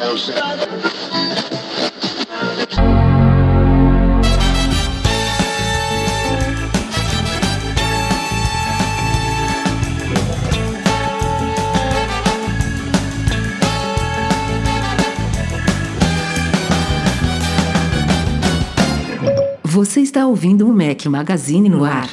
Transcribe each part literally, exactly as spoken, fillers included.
Você está ouvindo o Mac Magazine no ar.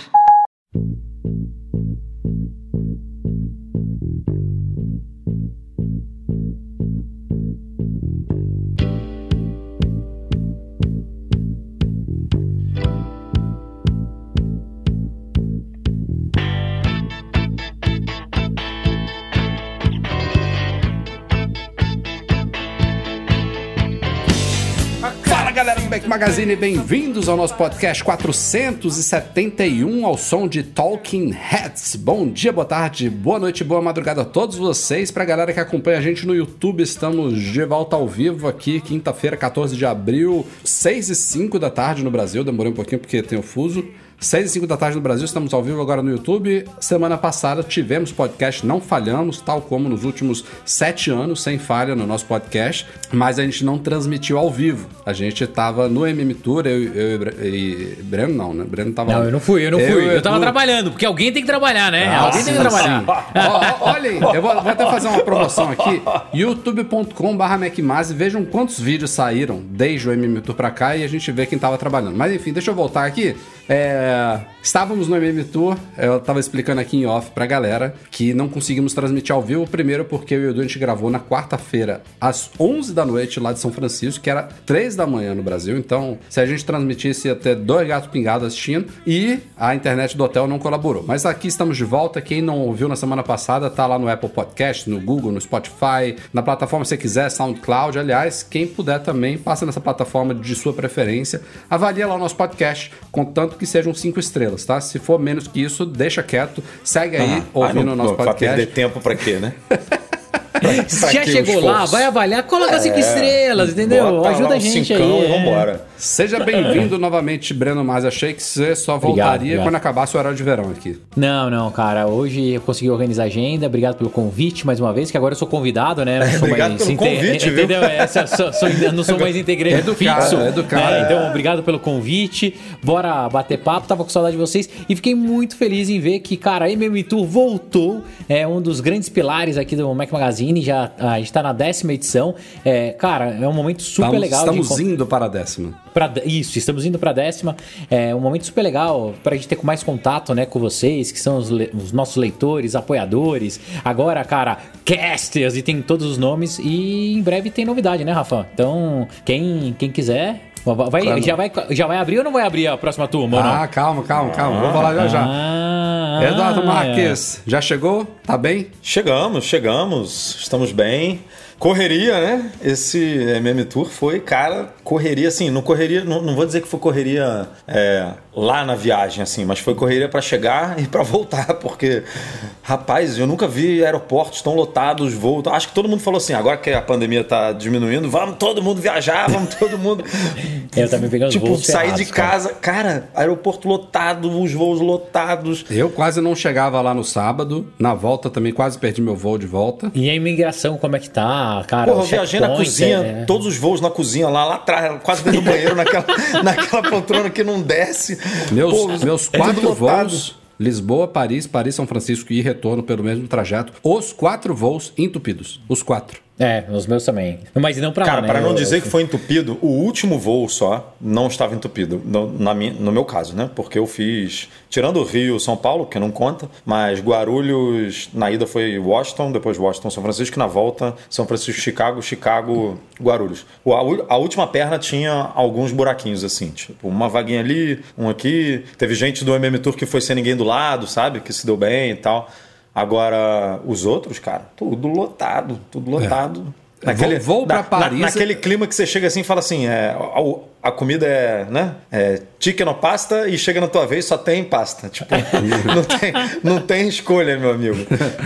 Galera do Mac Magazine, bem-vindos ao nosso podcast quatrocentos e setenta e um ao som de Talking Heads. Bom dia, boa tarde, boa noite, boa madrugada a todos vocês. Pra galera que acompanha a gente no YouTube, estamos de volta ao vivo aqui, quinta-feira, quatorze de abril, seis e cinco da tarde no Brasil. Demorei um pouquinho porque tem o fuso. seis e cinco da tarde no Brasil, estamos ao vivo agora no YouTube. Semana passada tivemos podcast, não falhamos, tal como nos últimos sete anos, sem falha no nosso podcast, mas a gente não transmitiu ao vivo. A gente tava no M M Tour, eu, eu e Breno não, né? Breno tava Não, lá. eu não fui, eu não eu, fui. Eu, eu tava tu... trabalhando, porque alguém tem que trabalhar, né? Ah, alguém sim, tem que trabalhar. Ó, ó, olhem, eu vou, vou até fazer uma promoção aqui. youtube ponto com barra macmase. Vejam quantos vídeos saíram desde o M M Tour pra cá e a gente vê quem tava trabalhando. Mas enfim, deixa eu voltar aqui. É... Estávamos no M M Tour, eu tava explicando aqui em off pra galera que não conseguimos transmitir ao vivo, primeiro porque eu e o Edu a gente gravou na quarta-feira às onze da noite lá de São Francisco, que era três da manhã no Brasil, então se a gente transmitisse ia ter dois gatos pingados assistindo e a internet do hotel não colaborou. Mas aqui estamos de volta, quem não ouviu na semana passada tá lá no Apple Podcast, no Google, no Spotify, na plataforma que você quiser, SoundCloud, aliás, quem puder também, passa nessa plataforma de sua preferência, avalia lá o nosso podcast, contanto que sejam cinco estrelas, tá? Se for menos que isso, deixa quieto, segue aí, ah, ouvindo o nosso podcast. Pra perder tempo pra quê, né? Se já chegou lá, vai avaliar, coloca é, cinco estrelas, entendeu? Ajuda a gente aí. E vambora. Seja bem-vindo novamente, Breno Masi. Achei que você só voltaria obrigado, obrigado. quando acabasse o horário de verão aqui. Não, não, cara. Hoje eu consegui organizar a agenda. Obrigado pelo convite mais uma vez, que agora eu sou convidado, né? Não sou obrigado mais pelo inte... convite, entendeu? viu? É, sou, sou, não sou mais integrante educado, fixo. É educado. Né? Então, obrigado pelo convite. Bora bater papo. Tava com saudade de vocês e fiquei muito feliz em ver que, cara, a M M Tour voltou. É um dos grandes pilares aqui do Mac Magazine. Já, a gente tá na décima edição. É, cara, é um momento super estamos, legal. Estamos de... indo para a décima. Pra, isso, estamos indo para a décima. É um momento super legal para a gente ter mais contato, né, com vocês, que são os, le- os nossos leitores, apoiadores. Agora, cara, casters, e tem todos os nomes. E em breve tem novidade, né, Rafa? Então, quem, quem quiser... Vai, claro. já, vai, já vai abrir ou não vai abrir a próxima turma? Ah, não? calma, calma, calma. Ah, Vamos falar já já. Ah, Eduardo Marques, é. já chegou? Tá bem? Chegamos, chegamos. Estamos bem. Correria, né? Esse M M Tour foi, cara, correria, assim, não correria, não, não vou dizer que foi correria é, lá na viagem, assim, mas foi correria para chegar e para voltar, porque, rapaz, eu nunca vi aeroportos tão lotados, voos, acho que todo mundo falou assim, agora que a pandemia tá diminuindo, vamos todo mundo viajar, vamos todo mundo... Eu também peguei os tipo, voos sair ferrados, de casa, cara. cara, aeroporto lotado, os voos lotados. Eu quase não chegava lá no sábado, na volta também quase perdi meu voo de volta. E a imigração, como é que tá? Cara, porra, eu viajei na cozinha, é... todos os voos na cozinha lá, lá atrás, quase dentro do banheiro, naquela, naquela poltrona que não desce. Meus, Pô, meus quatro voos, Lisboa, Paris, Paris, São Francisco e retorno pelo mesmo trajeto, os quatro voos entupidos, os quatro. É, os meus também. Mas não pra Cara, lá, né? para não eu, dizer eu... que foi entupido, o último voo só não estava entupido, no, na minha, no meu caso, né? Porque eu fiz, tirando o Rio, São Paulo, que não conta, mas Guarulhos, na ida foi Washington, depois Washington, São Francisco, e na volta São Francisco, Chicago, Chicago, Guarulhos. O, a, a última perna tinha alguns buraquinhos, assim, tipo, uma vaguinha ali, um aqui. Teve gente do M M Tour que foi sem ninguém do lado, sabe? Que se deu bem e tal. Agora, os outros, cara, tudo lotado, tudo lotado. É. Naquele, vou vou pra na, Paris. Na, naquele clima que você chega assim e fala assim, é, a, a comida é, né? É chicken ou pasta e chega na tua vez só tem pasta. Tipo, não, tem, não tem escolha, meu amigo.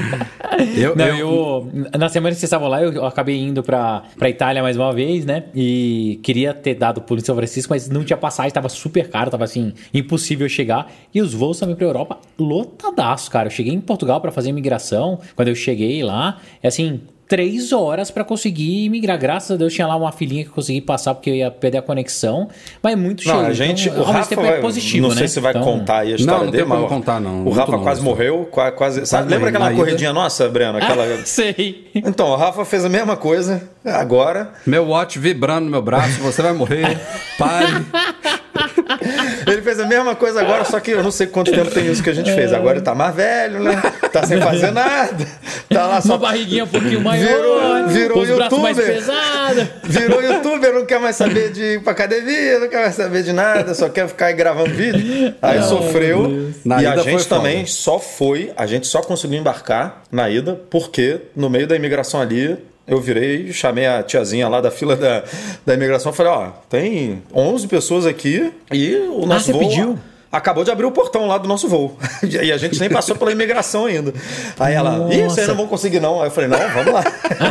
eu, não, eu... eu na semana que vocês estavam lá, eu acabei indo pra, pra Itália mais uma vez, né? E queria ter dado pulo em São Francisco, mas não tinha passagem, tava super caro, tava assim, impossível chegar. E os voos também pra Europa, lotadaço, cara. Eu cheguei em Portugal pra fazer imigração, quando eu cheguei lá, é assim... três horas pra conseguir migrar. Graças a Deus tinha lá uma filinha que eu consegui passar porque eu ia perder a conexão. Mas é muito cheio. Não, a gente, então, o Rafa tempo vai, é positivo, não sei né? se vai então... contar aí a história não, não dele, tem como mas contar, não. o Muito Rafa longo, quase então. morreu, quase... quase sabe, lembra aquela na corridinha ida? nossa, Breno? Aquela... Sei. Então, o Rafa fez a mesma coisa agora. Meu watch vibrando no meu braço, você vai morrer. Pare. Ele fez a mesma coisa agora, só que eu não sei quanto tempo tem isso que a gente fez. Agora ele tá mais velho, né? Tá sem fazer nada. Tá lá só... Uma barriguinha um pouquinho maior. Virou, virou os braços mais youtuber. pesados. Virou youtuber, não quer mais saber de ir pra academia, não quer mais saber de nada, só quer ficar aí gravando vídeo. Aí sofreu. Na E a ida gente foi também foda. só foi, a gente só conseguiu embarcar na ida, porque no meio da imigração ali, eu virei, chamei a tiazinha lá da fila da, da imigração e falei, ó, tem onze pessoas aqui e o nosso você voo... pediu? Acabou de abrir o portão lá do nosso voo. E a gente nem passou pela imigração ainda. Aí ela, ih, vocês não vão conseguir não. Aí eu falei, não, vamos lá.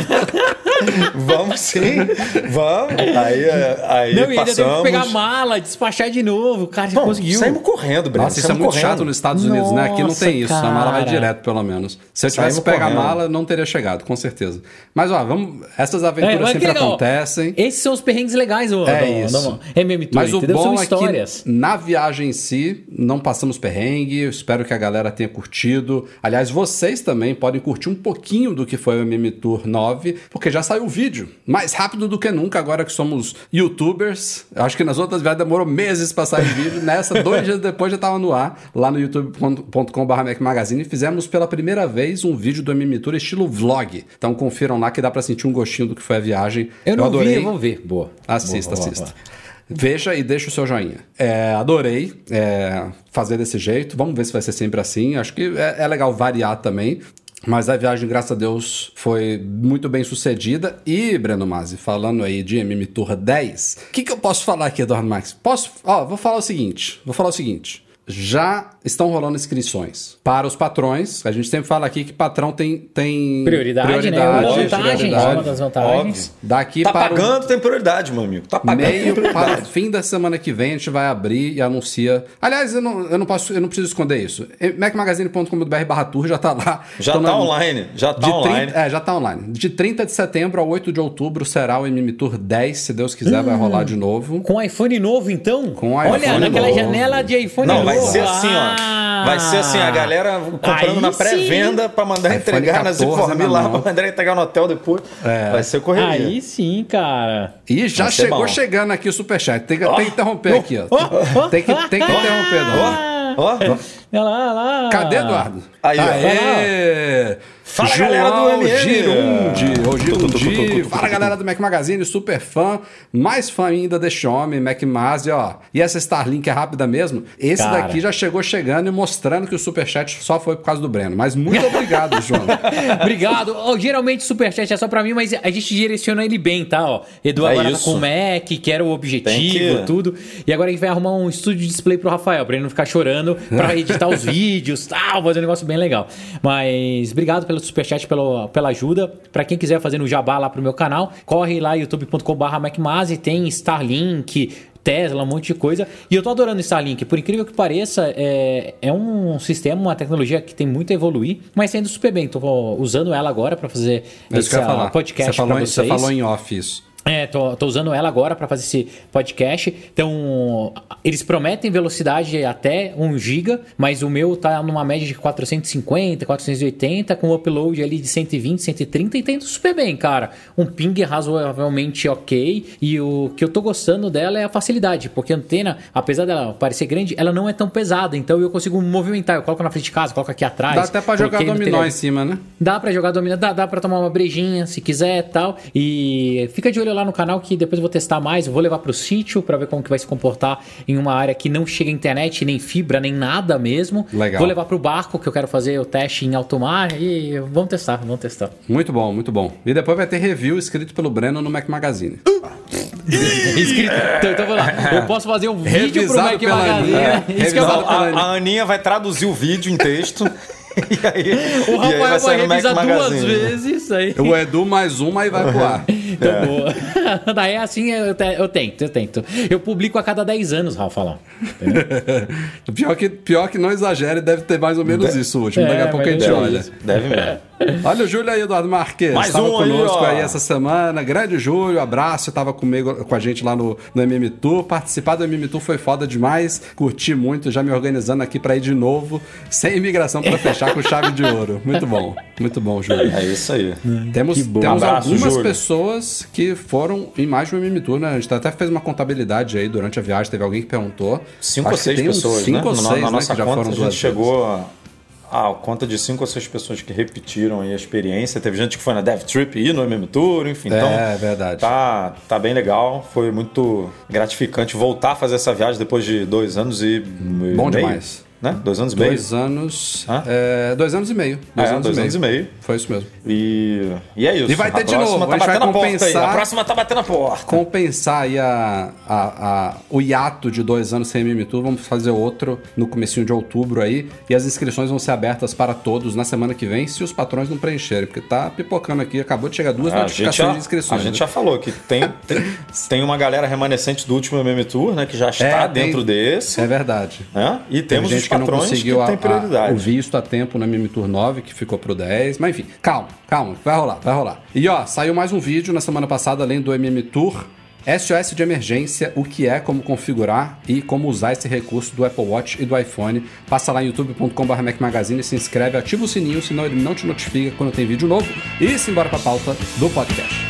Vamos sim, vamos. Aí, aí Não, e ainda passamos. teve que pegar a mala, despachar de novo. Cara, você Bom, conseguiu. saímos correndo, Breno. Nossa, isso é saímos muito correndo. chato nos Estados Unidos, né? Aqui não Nossa, tem isso. A mala vai cara. direto, pelo menos. Se eu tivesse Saímos pego a correndo. mala, não teria chegado, com certeza. Mas, ó, vamos... essas É, aventuras mas que sempre legal. acontecem. Esses são os perrengues legais do, É do, isso. do M M Tour, Mas o entendeu? bom São é histórias. que na viagem em si não passamos perrengue. Eu espero que a galera tenha curtido. Aliás, vocês também podem curtir um pouquinho do que foi o M M Tour nove, porque já saiu o vídeo. Mais rápido do que nunca, agora que somos youtubers. Eu acho que nas outras viagens demorou meses pra sair vídeo. Nessa, dois dias depois já tava no ar, lá no youtube ponto com barra Mac Magazine. Fizemos pela primeira vez um vídeo do M M Tour estilo vlog. Então confiram lá que dá pra sentir um gostinho do que foi a viagem. Eu não adorei. vi, eu vou ver. Boa. Assista, Boa, boa, assista. boa. Veja e deixa o seu joinha. É, adorei é, fazer desse jeito. Vamos ver se vai ser sempre assim. Acho que é, é legal variar também. Mas a viagem, graças a Deus, foi muito bem sucedida. E, Breno Masi, falando aí de M M Tour dez, o que, que eu posso falar aqui, Eduardo Max? Posso? Ó, vou falar o seguinte. Vou falar o seguinte. Já estão rolando inscrições para os patrões. A gente sempre fala aqui que patrão tem, tem Prioridade, prioridade, né? Uma Óbvio, vantagem, prioridade. uma das vantagens. Daqui Tá para o- pagando, tem prioridade, meu amigo. Tá pagando, tem meio para o prioridade. fim da semana que vem a gente vai abrir e anuncia. Aliás, eu não, eu não posso, eu não preciso esconder isso. mac magazine ponto com ponto b r barra tour já tá lá. Já Tô tá na- online, já tá de online. trinta, é, já tá online. De trinta de setembro a oito de outubro será o M M Tour dez, se Deus quiser, vai rolar de novo. Com iPhone novo, então? Com Olha, iPhone naquela novo. janela de iPhone Não, novo. vai ser assim, ó. Ah! Vai ser assim, a galera comprando Aí na sim. pré-venda pra mandar iPhone entregar nas quatorze Informe na lá, mão. pra mandar entregar no hotel depois. É. Vai ser correria. Aí sim, cara. E já Vai ser chegou bom. chegando aqui o superchat. Tem que, tem que interromper aqui, ó. oh, Tem que, tem que interromper, Eduardo. Ó, Olha lá, olha lá. Cadê, Eduardo? Aí, ó. Aê! Fala, João galera do M M. Girundi, ou Tu, tu, tu, tu, tu, Girundi. tu, Fala, tu, tu. galera do Mac Magazine, super fã, mais fã ainda deste homem, Mac Masi, ó. E essa Starlink é rápida mesmo? Esse Cara. daqui já chegou chegando e mostrando que o superchat só foi por causa do Breno. Mas muito obrigado, João. Obrigado. Oh, geralmente o superchat é só pra mim, mas a gente direciona ele bem, tá? Ó, Edu É agora isso. tá com o Mac, que era o objetivo, Tem que- tudo. E agora a gente vai arrumar um estúdio de display pro Rafael, pra ele não ficar chorando, pra editar os vídeos, tal, fazer um negócio bem legal. Mas obrigado pelo superchat, pelo, pela ajuda. Pra quem quiser fazer no jabá lá pro meu canal, corre lá youtube ponto com barra macmasi, tem Starlink, Tesla, um monte de coisa. E eu tô adorando o Starlink. Por incrível que pareça, é, é um sistema, uma tecnologia que tem muito a evoluir, mas saindo super bem. Tô usando ela agora para fazer É isso que eu ia esse falar. podcast Você falou, para em- vocês. você falou em off isso. É, tô, tô usando ela agora para fazer esse podcast. Então, eles prometem velocidade até um giga, mas o meu tá numa média de quatrocentos e cinquenta, quatrocentos e oitenta, com upload ali de cento e vinte, cento e trinta, e tá indo super bem, cara. Um ping razoavelmente ok. E o que eu tô gostando dela é a facilidade, porque a antena, apesar dela parecer grande, ela não é tão pesada. Então eu consigo movimentar. Eu coloco na frente de casa, coloco aqui atrás. Dá até pra jogar coloquei no dominó tele- em cima, né? Dá pra jogar dominó, dá, dá pra tomar uma brejinha se quiser e tal. E fica de olho lá no canal que depois eu vou testar mais. Eu vou levar pro sítio pra ver como que vai se comportar em uma área que não chega internet, nem fibra, nem nada mesmo. Legal. Vou levar pro barco que eu quero fazer o teste em alto mar e vamos testar, vamos testar. Muito bom, muito bom. E depois vai ter review escrito pelo Breno no Mac Magazine. Inscrito. Então, então vou lá. Eu posso fazer um vídeo pro Revisado Mac pela Magazine. Aninha. Isso que eu Revisado falo. pela A, Aninha. a Aninha vai traduzir o vídeo em texto. E aí, O e aí Rafael vai sair no Mac revisar duas Magazine. vezes aí. O Edu mais uma e vai pro ar. Então, é. boa. Daí assim eu, te, eu tento, eu tento. Eu publico a cada dez anos, Rafa, lá. pior, que, pior que não exagere, deve ter mais ou menos deve, isso hoje. É, daqui a pouco a gente olha. Isso. Deve mesmo. Olha o Júlio aí, Eduardo Marques. Mais Estava um conosco aí, aí essa semana. Grande Júlio, abraço. Estava comigo, com a gente lá no, no M M Tour. Participar do M M Tour foi foda demais. Curti muito, já me organizando aqui para ir de novo. Sem imigração para fechar com chave de ouro. Muito bom, muito bom, Júlio. É isso aí. Temos, temos abraço, algumas Júlio. pessoas que foram em mais de um M M Tour, né? A gente até fez uma contabilidade aí durante a viagem. Teve alguém que perguntou. Cinco ou seis pessoas, cinco né? Ou seis, na, na né, nossa que já conta foram a gente chegou a... Ah, conta de cinco ou seis pessoas que repetiram aí a experiência. Teve gente que foi na Dev Trip e no M M Tour, enfim. Então, é verdade. Tá, tá bem legal. Foi muito gratificante voltar a fazer essa viagem depois de dois anos e Bom meio. demais. Né? Dois anos e meio? Dois anos... É, dois anos e meio. Dois, é, anos, dois e anos e meio. Foi isso mesmo. E, e é isso. E vai ter a de novo. Tá a gente vai compensar... A próxima tá batendo a porta. Compensar aí a, a, a, o hiato de dois anos sem M M Tour. Vamos fazer outro no comecinho de outubro aí. E as inscrições vão ser abertas para todos na semana que vem, se os patrões não preencherem. Porque tá pipocando aqui. Acabou de chegar duas a notificações já, de inscrições. A gente né? já falou que tem, tem, tem uma galera remanescente do último M M Tour, né? Que já está É, dentro tem, desse. É verdade. Né? E temos gente os patrões que não conseguiu que têm prioridade. A, o visto a tempo no M M Tour nove, que ficou pro dez. Mas enfim, calma, calma. Vai rolar, vai rolar. E ó, saiu mais um vídeo na semana passada, além do M M Tour. S O S de emergência, o que é, como configurar e como usar esse recurso do Apple Watch e do iPhone. Passa lá em youtube ponto com barra Mac Magazine, se inscreve, ativa o sininho, senão ele não te notifica quando tem vídeo novo. E simbora pra pauta do podcast.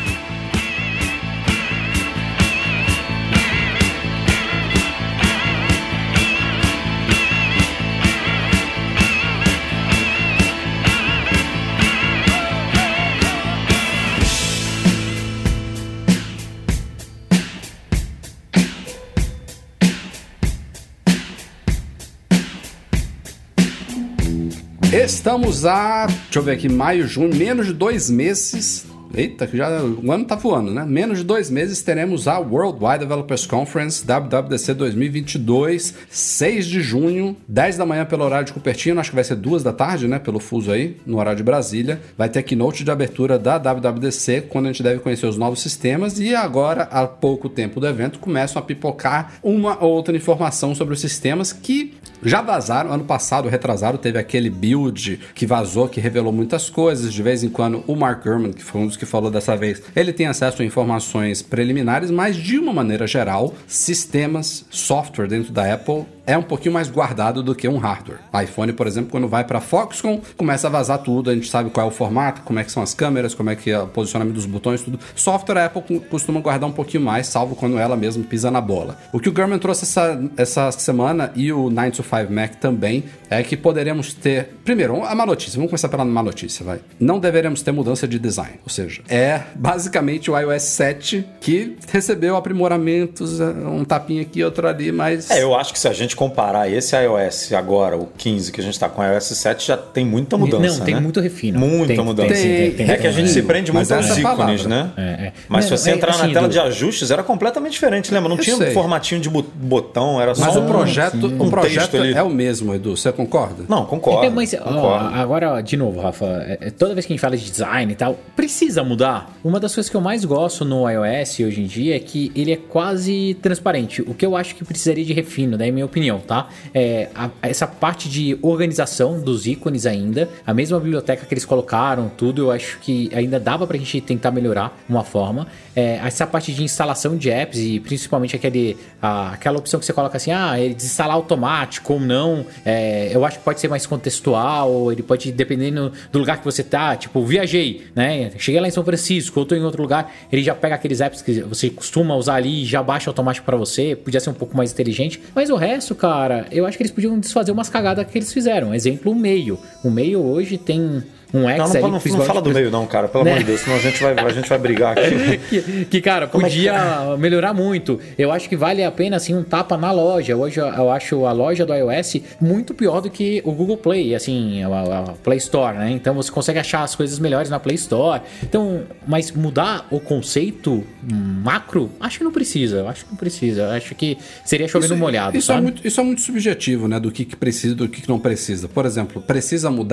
Estamos a, deixa eu ver aqui, maio, junho, menos de dois meses. Eita, que já o ano tá voando, né? Menos de dois meses teremos a Worldwide Developers Conference W W D C dois mil e vinte e dois, seis de junho, dez da manhã pelo horário de Cupertino, acho que vai ser duas da tarde, né? Pelo fuso aí, no horário de Brasília. Vai ter keynote de abertura da W W D C, quando a gente deve conhecer os novos sistemas. E agora, há pouco tempo do evento, começam a pipocar uma ou outra informação sobre os sistemas que já vazaram. Ano passado, retrasado, teve aquele build que vazou, que revelou muitas coisas. De vez em quando, o Mark Gurman, que foi um dos que falou dessa vez, ele tem acesso a informações preliminares, mas de uma maneira geral, sistemas, software dentro da Apple é um pouquinho mais guardado do que um hardware. iPhone, por exemplo, quando vai para Foxconn, começa a vazar tudo, a gente sabe qual é o formato, como é que são as câmeras, como é que é o posicionamento dos botões, tudo. Software, a Apple costuma guardar um pouquinho mais, salvo quando ela mesma pisa na bola. O que o Gurman trouxe essa, essa semana, e o nove to five Mac também, é que poderemos ter... Primeiro, a má notícia, vamos começar pela má notícia, vai. Não deveremos ter mudança de design, ou seja, é basicamente o iOS sete que recebeu aprimoramentos, um tapinha aqui, outro ali, mas... É, eu acho que se a gente comparar esse iOS agora, o quinze, que a gente está com o iOS sete, já tem muita mudança, Não, tem né? muito refino. Muita tem, mudança. Tem, tem, tem, é que a gente se prende muito aos ícones, né? É, é. Mas Não, se você é, entrar assim, na tela do... de ajustes, era completamente diferente, lembra? Não eu tinha sei. um formatinho de botão, era só Mas um, o projeto, um o projeto ali. é o mesmo, Edu, você concorda? Não, concordo. É, mas, concordo. ó, agora, de novo, Rafa, é, toda vez que a gente fala de design e tal, precisa mudar. Uma das coisas que eu mais gosto no iOS hoje em dia é que ele é quase transparente. O que eu acho que precisaria de refino, daí é minha opinião, tá? É, a, essa parte de organização dos ícones ainda, a mesma biblioteca que eles colocaram, tudo, eu acho que ainda dava pra gente tentar melhorar uma forma. É, essa parte de instalação de apps e principalmente aquele, a, aquela opção que você coloca assim, ah, ele desinstalar automático ou não, é, eu acho que pode ser mais contextual, ele pode, dependendo do lugar que você tá, tipo, viajei, né? Cheguei lá em São Francisco, ou tô em outro lugar, ele já pega aqueles apps que você costuma usar ali e já baixa automático pra você, podia ser um pouco mais inteligente, mas o resto, cara, eu acho que eles podiam desfazer umas cagadas que eles fizeram. Exemplo, o Mail. O Mail hoje tem um X não, ali. Não, não, não fala do meio não, cara, pelo né? amor de Deus, senão a gente vai, a gente vai brigar aqui. que, que, cara, podia é que... melhorar muito. Eu acho que vale a pena, assim, um tapa na loja. Hoje eu acho a loja do iOS muito pior do que o Google Play, assim, a, a Play Store, né? Então você consegue achar as coisas melhores na Play Store. Então, mas mudar o conceito macro, acho que não precisa. Acho que não precisa. Acho que seria chovendo isso, molhado, isso sabe? É muito, isso é muito subjetivo, né? Do que, que precisa e do que, que não precisa. Por exemplo, precisa mudar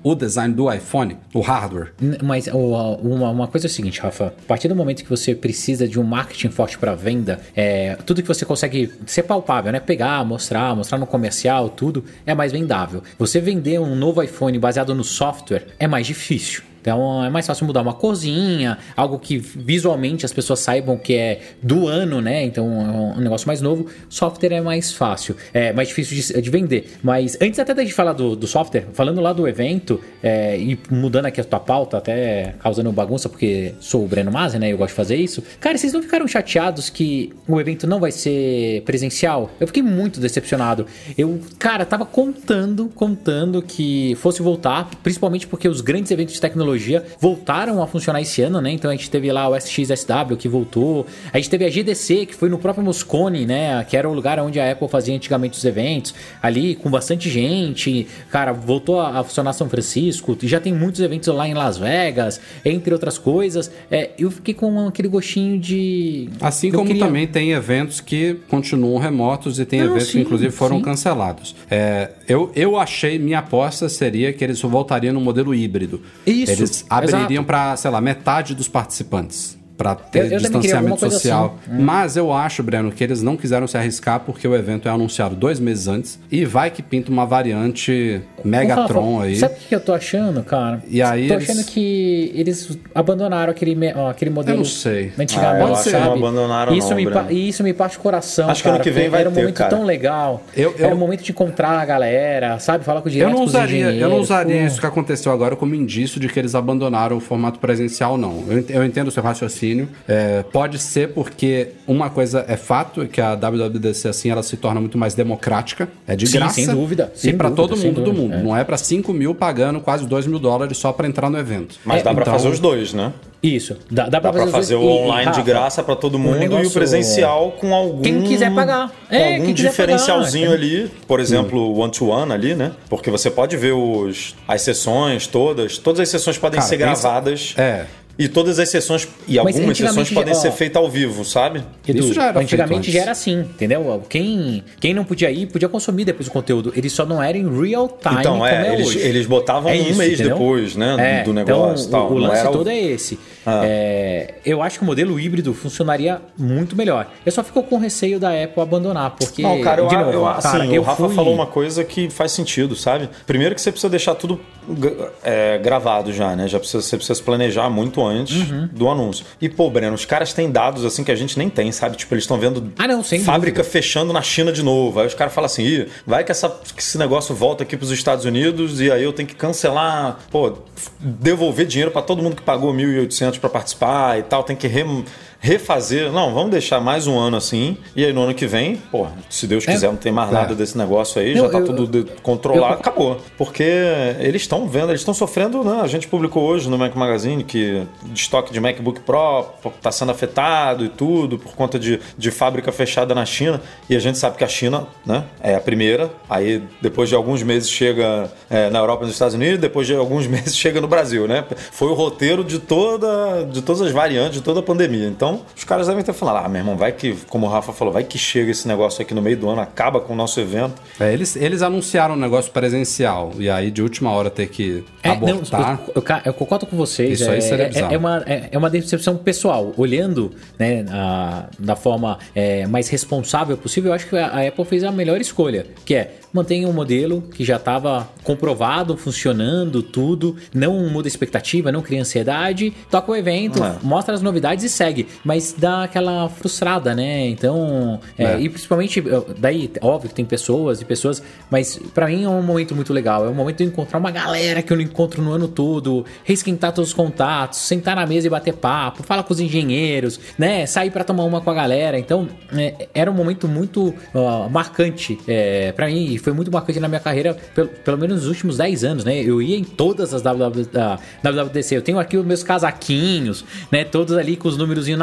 o design do iPhone, o hardware. Mas o- uma, uma coisa é o seguinte, Rafa. A partir do momento que você precisa de um marketing forte para venda, é, tudo que você consegue ser palpável, né? Pegar, mostrar, mostrar no comercial, tudo é mais vendável. Você vender um novo iPhone baseado no software é mais difícil. Então é mais fácil mudar uma corzinha, algo que visualmente as pessoas saibam que é do ano, né? Então é um negócio mais novo. Software é mais fácil, é mais difícil de, de vender. Mas antes até da gente falar do, do software, falando lá do evento, é, e mudando aqui a tua pauta, até causando bagunça, porque sou o Breno Masi, né? Eu gosto de fazer isso. Cara, vocês não ficaram chateados que o evento não vai ser presencial? Eu fiquei muito decepcionado. Eu, cara, tava contando, contando que fosse voltar, principalmente porque os grandes eventos de tecnologia voltaram a funcionar esse ano, né? Então a gente teve lá o S X S W que voltou, a gente teve a G D C que foi no próprio Moscone, né? Que era o lugar onde a Apple fazia antigamente os eventos, ali com bastante gente, cara, voltou a funcionar São Francisco, já tem muitos eventos lá em Las Vegas, entre outras coisas. É, eu fiquei com aquele gostinho de... Assim eu como queria... também tem eventos que continuam remotos e tem Não, eventos sim, que inclusive foram sim. cancelados. É, eu, eu achei, minha aposta seria que eles voltariam no modelo híbrido. Isso, Eles abririam exato. para, sei lá, metade dos participantes. Para ter Eu- eu também queria alguma distanciamento coisa social. assim. Hum. Mas eu acho, Breno, que eles não quiseram se arriscar porque o evento é anunciado dois meses antes e vai que pinta uma variante Megatron Ô, Rafa, aí. sabe o que eu tô achando, cara? E aí tô eles- achando que eles abandonaram aquele, me- ó, aquele modelo Eu não sei. antigamente, Ah, eu acho que sabe? não abandonaram isso não, me Breno. pa- E isso me parte o coração, Acho que ano cara, que vem porque vai era um ter, momento cara. tão legal. Eu- eu- Era um momento de encontrar a galera, sabe? Falar com o Eu direto não com os usaria, eu não engenheiros, usaria pô. isso que aconteceu agora como indício de que eles abandonaram o formato presencial, não. Eu, ent- eu entendo o seu raciocínio. É, pode ser porque uma coisa é fato, que a W W D C assim ela se torna muito mais democrática, é de Sim, graça. sem dúvida, E sem para dúvida, todo sem mundo do dúvida, mundo. é. Não é para cinco mil pagando quase dois mil dólares só para entrar no evento. Mas É, dá pra então- fazer os dois, né? Isso, dá, dá, Dá pra os fazer o dois. E- e, online de Rafa, graça pra todo mundo e negócio- o presencial com algum... Quem quiser pagar. Com É, algum quem quiser diferencialzinho pagar. ali. Por exemplo, o one-to-one ali, né? Porque você pode ver os, as sessões todas. Todas as sessões podem Cara, ser pensa- gravadas. É. E todas as sessões... E Mas algumas sessões antigamente, podem ó, ser feitas ao vivo, sabe? Edu, Isso já era feito antigamente antes. já era assim, entendeu? Quem, quem não podia ir, podia consumir depois o conteúdo. Ele só não era em real time Então, como é, é eles, hoje. eles botavam É um isso, mês entendeu? depois, né? É, do negócio e então, tal. o, o Não lance era o- todo é esse. Ah. É, eu acho que o modelo híbrido funcionaria muito melhor. Eu só fico com receio da Apple abandonar, porque... Não, cara, eu, de novo, eu, assim, cara, o eu Rafa fui- falou uma coisa que faz sentido, sabe? Primeiro que você precisa deixar tudo é, gravado já, né? Já precisa, você precisa se planejar muito antes Uhum. do anúncio. E, pô, Breno, os caras têm dados assim que a gente nem tem, sabe? Tipo, eles estão vendo Ah, não, sem fábrica dúvida. fechando na China de novo. Aí os caras falam assim, Ih, vai que, essa, que esse negócio volta aqui pros Estados Unidos e aí eu tenho que cancelar, pô, devolver dinheiro pra todo mundo que pagou mil e oitocentos pra participar e tal, tem que rem- refazer. Não, vamos deixar mais um ano assim. E aí no ano que vem, pô, se Deus quiser, É. não tem mais nada É. desse negócio aí, Não, já tá eu- tudo de- controlado, eu- acabou. Porque eles estão vendo, eles estão sofrendo, né? A gente publicou hoje no Mac Magazine que o estoque de MacBook Pro tá sendo afetado e tudo por conta de, de fábrica fechada na China. E a gente sabe que a China, né, é a primeira. Aí depois de alguns meses chega é, na Europa e nos Estados Unidos, depois de alguns meses chega no Brasil, né? Foi o roteiro de toda, de todas as variantes, de toda a pandemia. Então, os caras devem ter falado, ah, meu irmão, vai que, como o Rafa falou, vai que chega esse negócio aqui no meio do ano, acaba com o nosso evento. É, eles, eles anunciaram um negócio presencial e aí de última hora ter que É, não, abortar. eu, eu, eu concordo com vocês. Isso aí é, seria é, bizarro. é, uma, é, é uma decepção pessoal. Olhando, né, a- da forma é, mais responsável possível, eu acho que a, a Apple fez a melhor escolha, que é mantenha um modelo que já estava comprovado, funcionando, tudo, não muda a expectativa, não cria ansiedade, toca o evento, É. mostra as novidades e segue, mas dá aquela frustrada, né? Então, é, É. e principalmente, daí, óbvio que tem pessoas e pessoas, mas pra mim é um momento muito legal, é um momento de encontrar uma galera que eu não encontro no ano todo, reesquentar todos os contatos, sentar na mesa e bater papo, falar com os engenheiros, né? Sair pra tomar uma com a galera, então é, era um momento muito ó, marcante é, pra mim, e foi muito marcante na minha carreira, pelo, pelo menos nos últimos dez anos, né? Eu ia em todas as W W D C, eu tenho aqui os meus casaquinhos, né? Todos ali com os númerozinhos na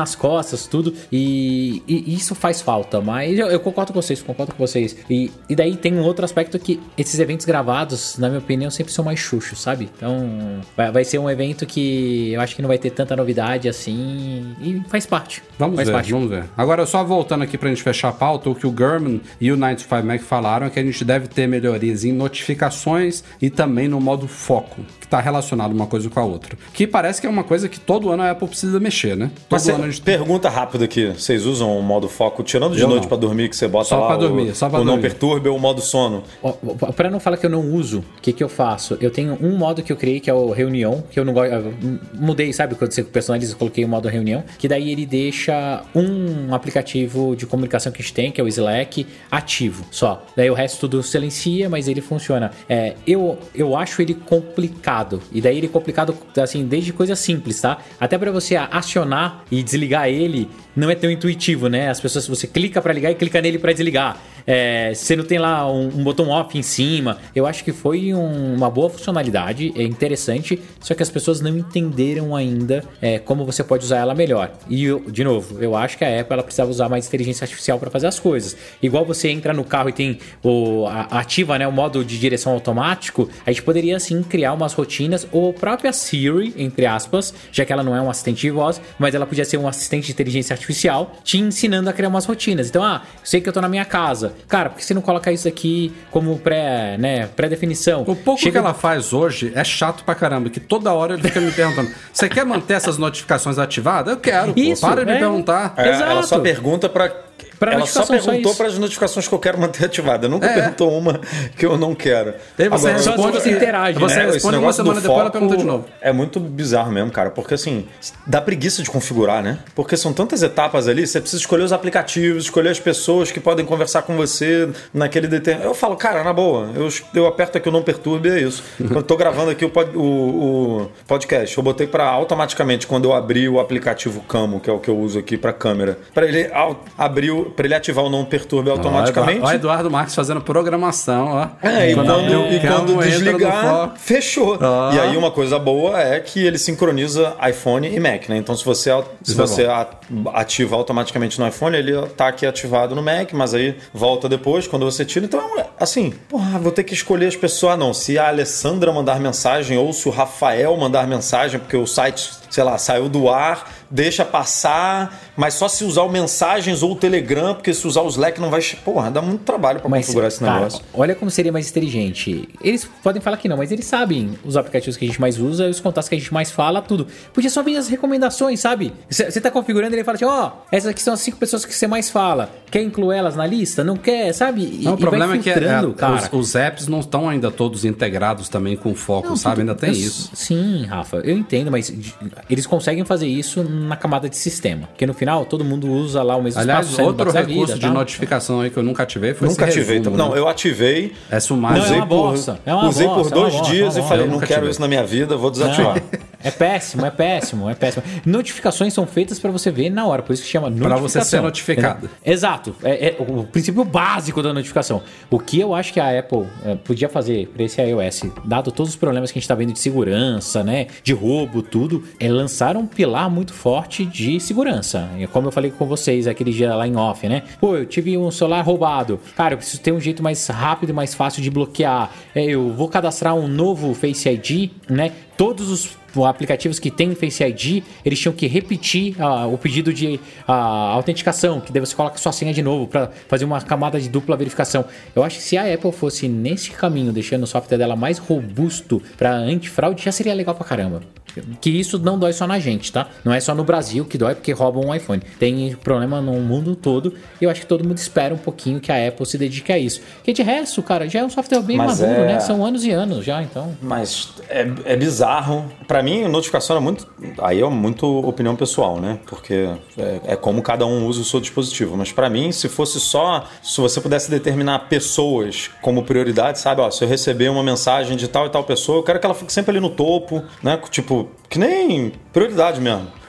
nas costas, tudo. E, e isso faz falta, mas eu, eu concordo com vocês, concordo com vocês. E, e daí tem um outro aspecto que esses eventos gravados, na minha opinião, sempre são mais xuxos, sabe? Então, vai, vai ser um evento que eu acho que não vai ter tanta novidade assim, e faz parte. Vamos faz ver, parte. vamos ver. Agora, só voltando aqui pra gente fechar a pauta, o que o Gurman e o noventa e cinco Mac falaram é que a gente deve ter melhorias em notificações e também no modo foco, que tá relacionado uma coisa com a outra. Que parece que é uma coisa que todo ano a Apple precisa mexer, né? Todo Mas ano a gente... Pergunta rápida aqui, vocês usam o modo foco, tirando de Eu noite não. pra dormir, que você bota Só lá pra o, dormir, só pra o não dormir. perturbe ou o modo sono? Ó, pra não falar que eu não uso, o que que eu faço? Eu tenho um modo que eu criei, que é o reunião, que eu não gosto... eu mudei, sabe? Quando você personaliza, eu coloquei o modo reunião, que daí ele deixa um aplicativo de comunicação que a gente tem, que é o Slack, ativo, só. Daí o resto tudo silencia, mas ele funciona. É, eu, eu acho ele complicado. E daí ele é complicado, assim, desde coisa simples, tá? Até pra você acionar e desligar ele, não é tão intuitivo, né? As pessoas, você clica pra ligar e clica nele pra desligar. É, você não tem lá um, um botão off em cima. Eu acho que foi um, uma boa funcionalidade, é interessante, só que as pessoas não entenderam ainda é, como você pode usar ela melhor. E, eu, de novo, eu acho que a Apple ela precisava usar mais inteligência artificial para fazer as coisas. Igual você entra no carro e tem o a, ativa, né, o modo de direção automático, a gente poderia, assim, criar umas rotinas, ou a própria Siri, entre aspas, já que ela não é um assistente de voz, mas ela podia ser um assistente de inteligência artificial, te ensinando a criar umas rotinas. Então, ah, eu sei que eu tô na minha casa. Cara, por que você não coloca isso aqui como pré, né, pré-definição? O pouco Chega... que ela faz hoje é chato pra caramba, que toda hora ele fica me perguntando, você quer manter essas notificações ativadas? Eu quero, Isso, pô, para de é. me perguntar. É, Exato. ela só pergunta pra... Pra ela só notificação, só perguntou isso. para as notificações que eu quero manter ativada. Nunca É. perguntou uma que eu não quero. Daí você Agora, só responde, se você interage, você né? esse responde uma negócio semana do depois, ela foco pergunta de novo. É muito bizarro mesmo, cara, porque assim, dá preguiça de configurar, né? Porque são tantas etapas ali, você precisa escolher os aplicativos, escolher as pessoas que podem conversar com você naquele determinado... Eu falo, cara, na boa, eu, eu aperto aqui o não perturbe, é isso. Quando eu tô gravando aqui o, pod, o, o podcast, eu botei para automaticamente, quando eu abri o aplicativo Camo, que é o que eu uso aqui para câmera, para ele au- abrir, para ele ativar o não perturbe automaticamente. Olha o Eduardo Marques fazendo programação, ó. É, e quando, abriu o e camo, quando entra no desligar, foco. fechou. Ah. E aí uma coisa boa é que ele sincroniza iPhone e Mac, né? Então se você, se Isso é você a- ativa automaticamente no iPhone, ele tá aqui ativado no Mac, mas aí volta depois, quando você tira. Então, assim, porra, vou ter que escolher as pessoas. Ah, não, se a Alessandra mandar mensagem ou se o Rafael mandar mensagem, porque o site, sei lá, saiu do ar, deixa passar, mas só se usar o Mensagens ou o Telegram, porque se usar o Slack não vai... Porra, dá muito trabalho pra Mas, configurar esse cara, negócio. olha como seria mais inteligente. Eles podem falar que não, mas eles sabem os aplicativos que a gente mais usa, os contatos que a gente mais fala, tudo. Podia só vir as recomendações, sabe? Você tá configurando e ele fala assim, ó, oh, essas aqui são as cinco pessoas que você mais fala. Quer incluir elas na lista? Não quer, sabe? E, Não, o e problema vai é que é, filtrando, cara. os, os apps não estão ainda todos integrados também com foco, Não, sabe? tudo- Ainda tem eu- isso. Sim, Rafa, eu entendo, mas de- eles conseguem fazer isso na camada de sistema. Porque no final, todo mundo usa lá o mesmo Aliás, espaço. sai no outro box da recurso vida, de tá? notificação aí que eu nunca ativei foi Nunca esse ativei. resumo, Não, né? eu ativei. É sumar. Não, é uma bosta, é uma usei bosta, por é uma dois bosta, dias é e uma falei, bosta. não Eu nunca quero ativei. isso na minha vida, vou desativar. É péssimo, é péssimo, é péssimo. Notificações são feitas pra você ver na hora, por isso que chama notificação. Pra você ser notificado. Entendeu? Exato, é, é o princípio básico da notificação. O que eu acho que a Apple é, podia fazer para esse iOS, dado todos os problemas que a gente tá vendo de segurança, né, de roubo, tudo, é lançar um pilar muito forte de segurança. E como eu falei com vocês aquele dia lá em off, né? Pô, eu tive um celular roubado. Cara, eu preciso ter um jeito mais rápido e mais fácil de bloquear. É, eu vou cadastrar um novo Face I D, né? Todos os aplicativos que tem Face I D, eles tinham que repetir ah, o pedido de ah, autenticação, que daí você coloca sua senha de novo para fazer uma camada de dupla verificação. Eu acho que se a Apple fosse nesse caminho, deixando o software dela mais robusto para antifraude, já seria legal pra caramba. Que isso não dói só na gente, tá? Não é só no Brasil que dói porque roubam um iPhone. Tem problema no mundo todo e eu acho que todo mundo espera um pouquinho que a Apple se dedique a isso. Porque de resto, cara, já é um software bem Mas maduro, é- né? São anos e anos já, então... Mas é, é bizarro. Pra mim, notificação é muito... Aí é muito opinião pessoal, né? Porque é, é como cada um usa o seu dispositivo. Mas pra mim, se fosse só... Se você pudesse determinar pessoas como prioridade, sabe? Ó, se eu receber uma mensagem de tal e tal pessoa, eu quero que ela fique sempre ali no topo, né? Tipo, que nem prioridade mesmo.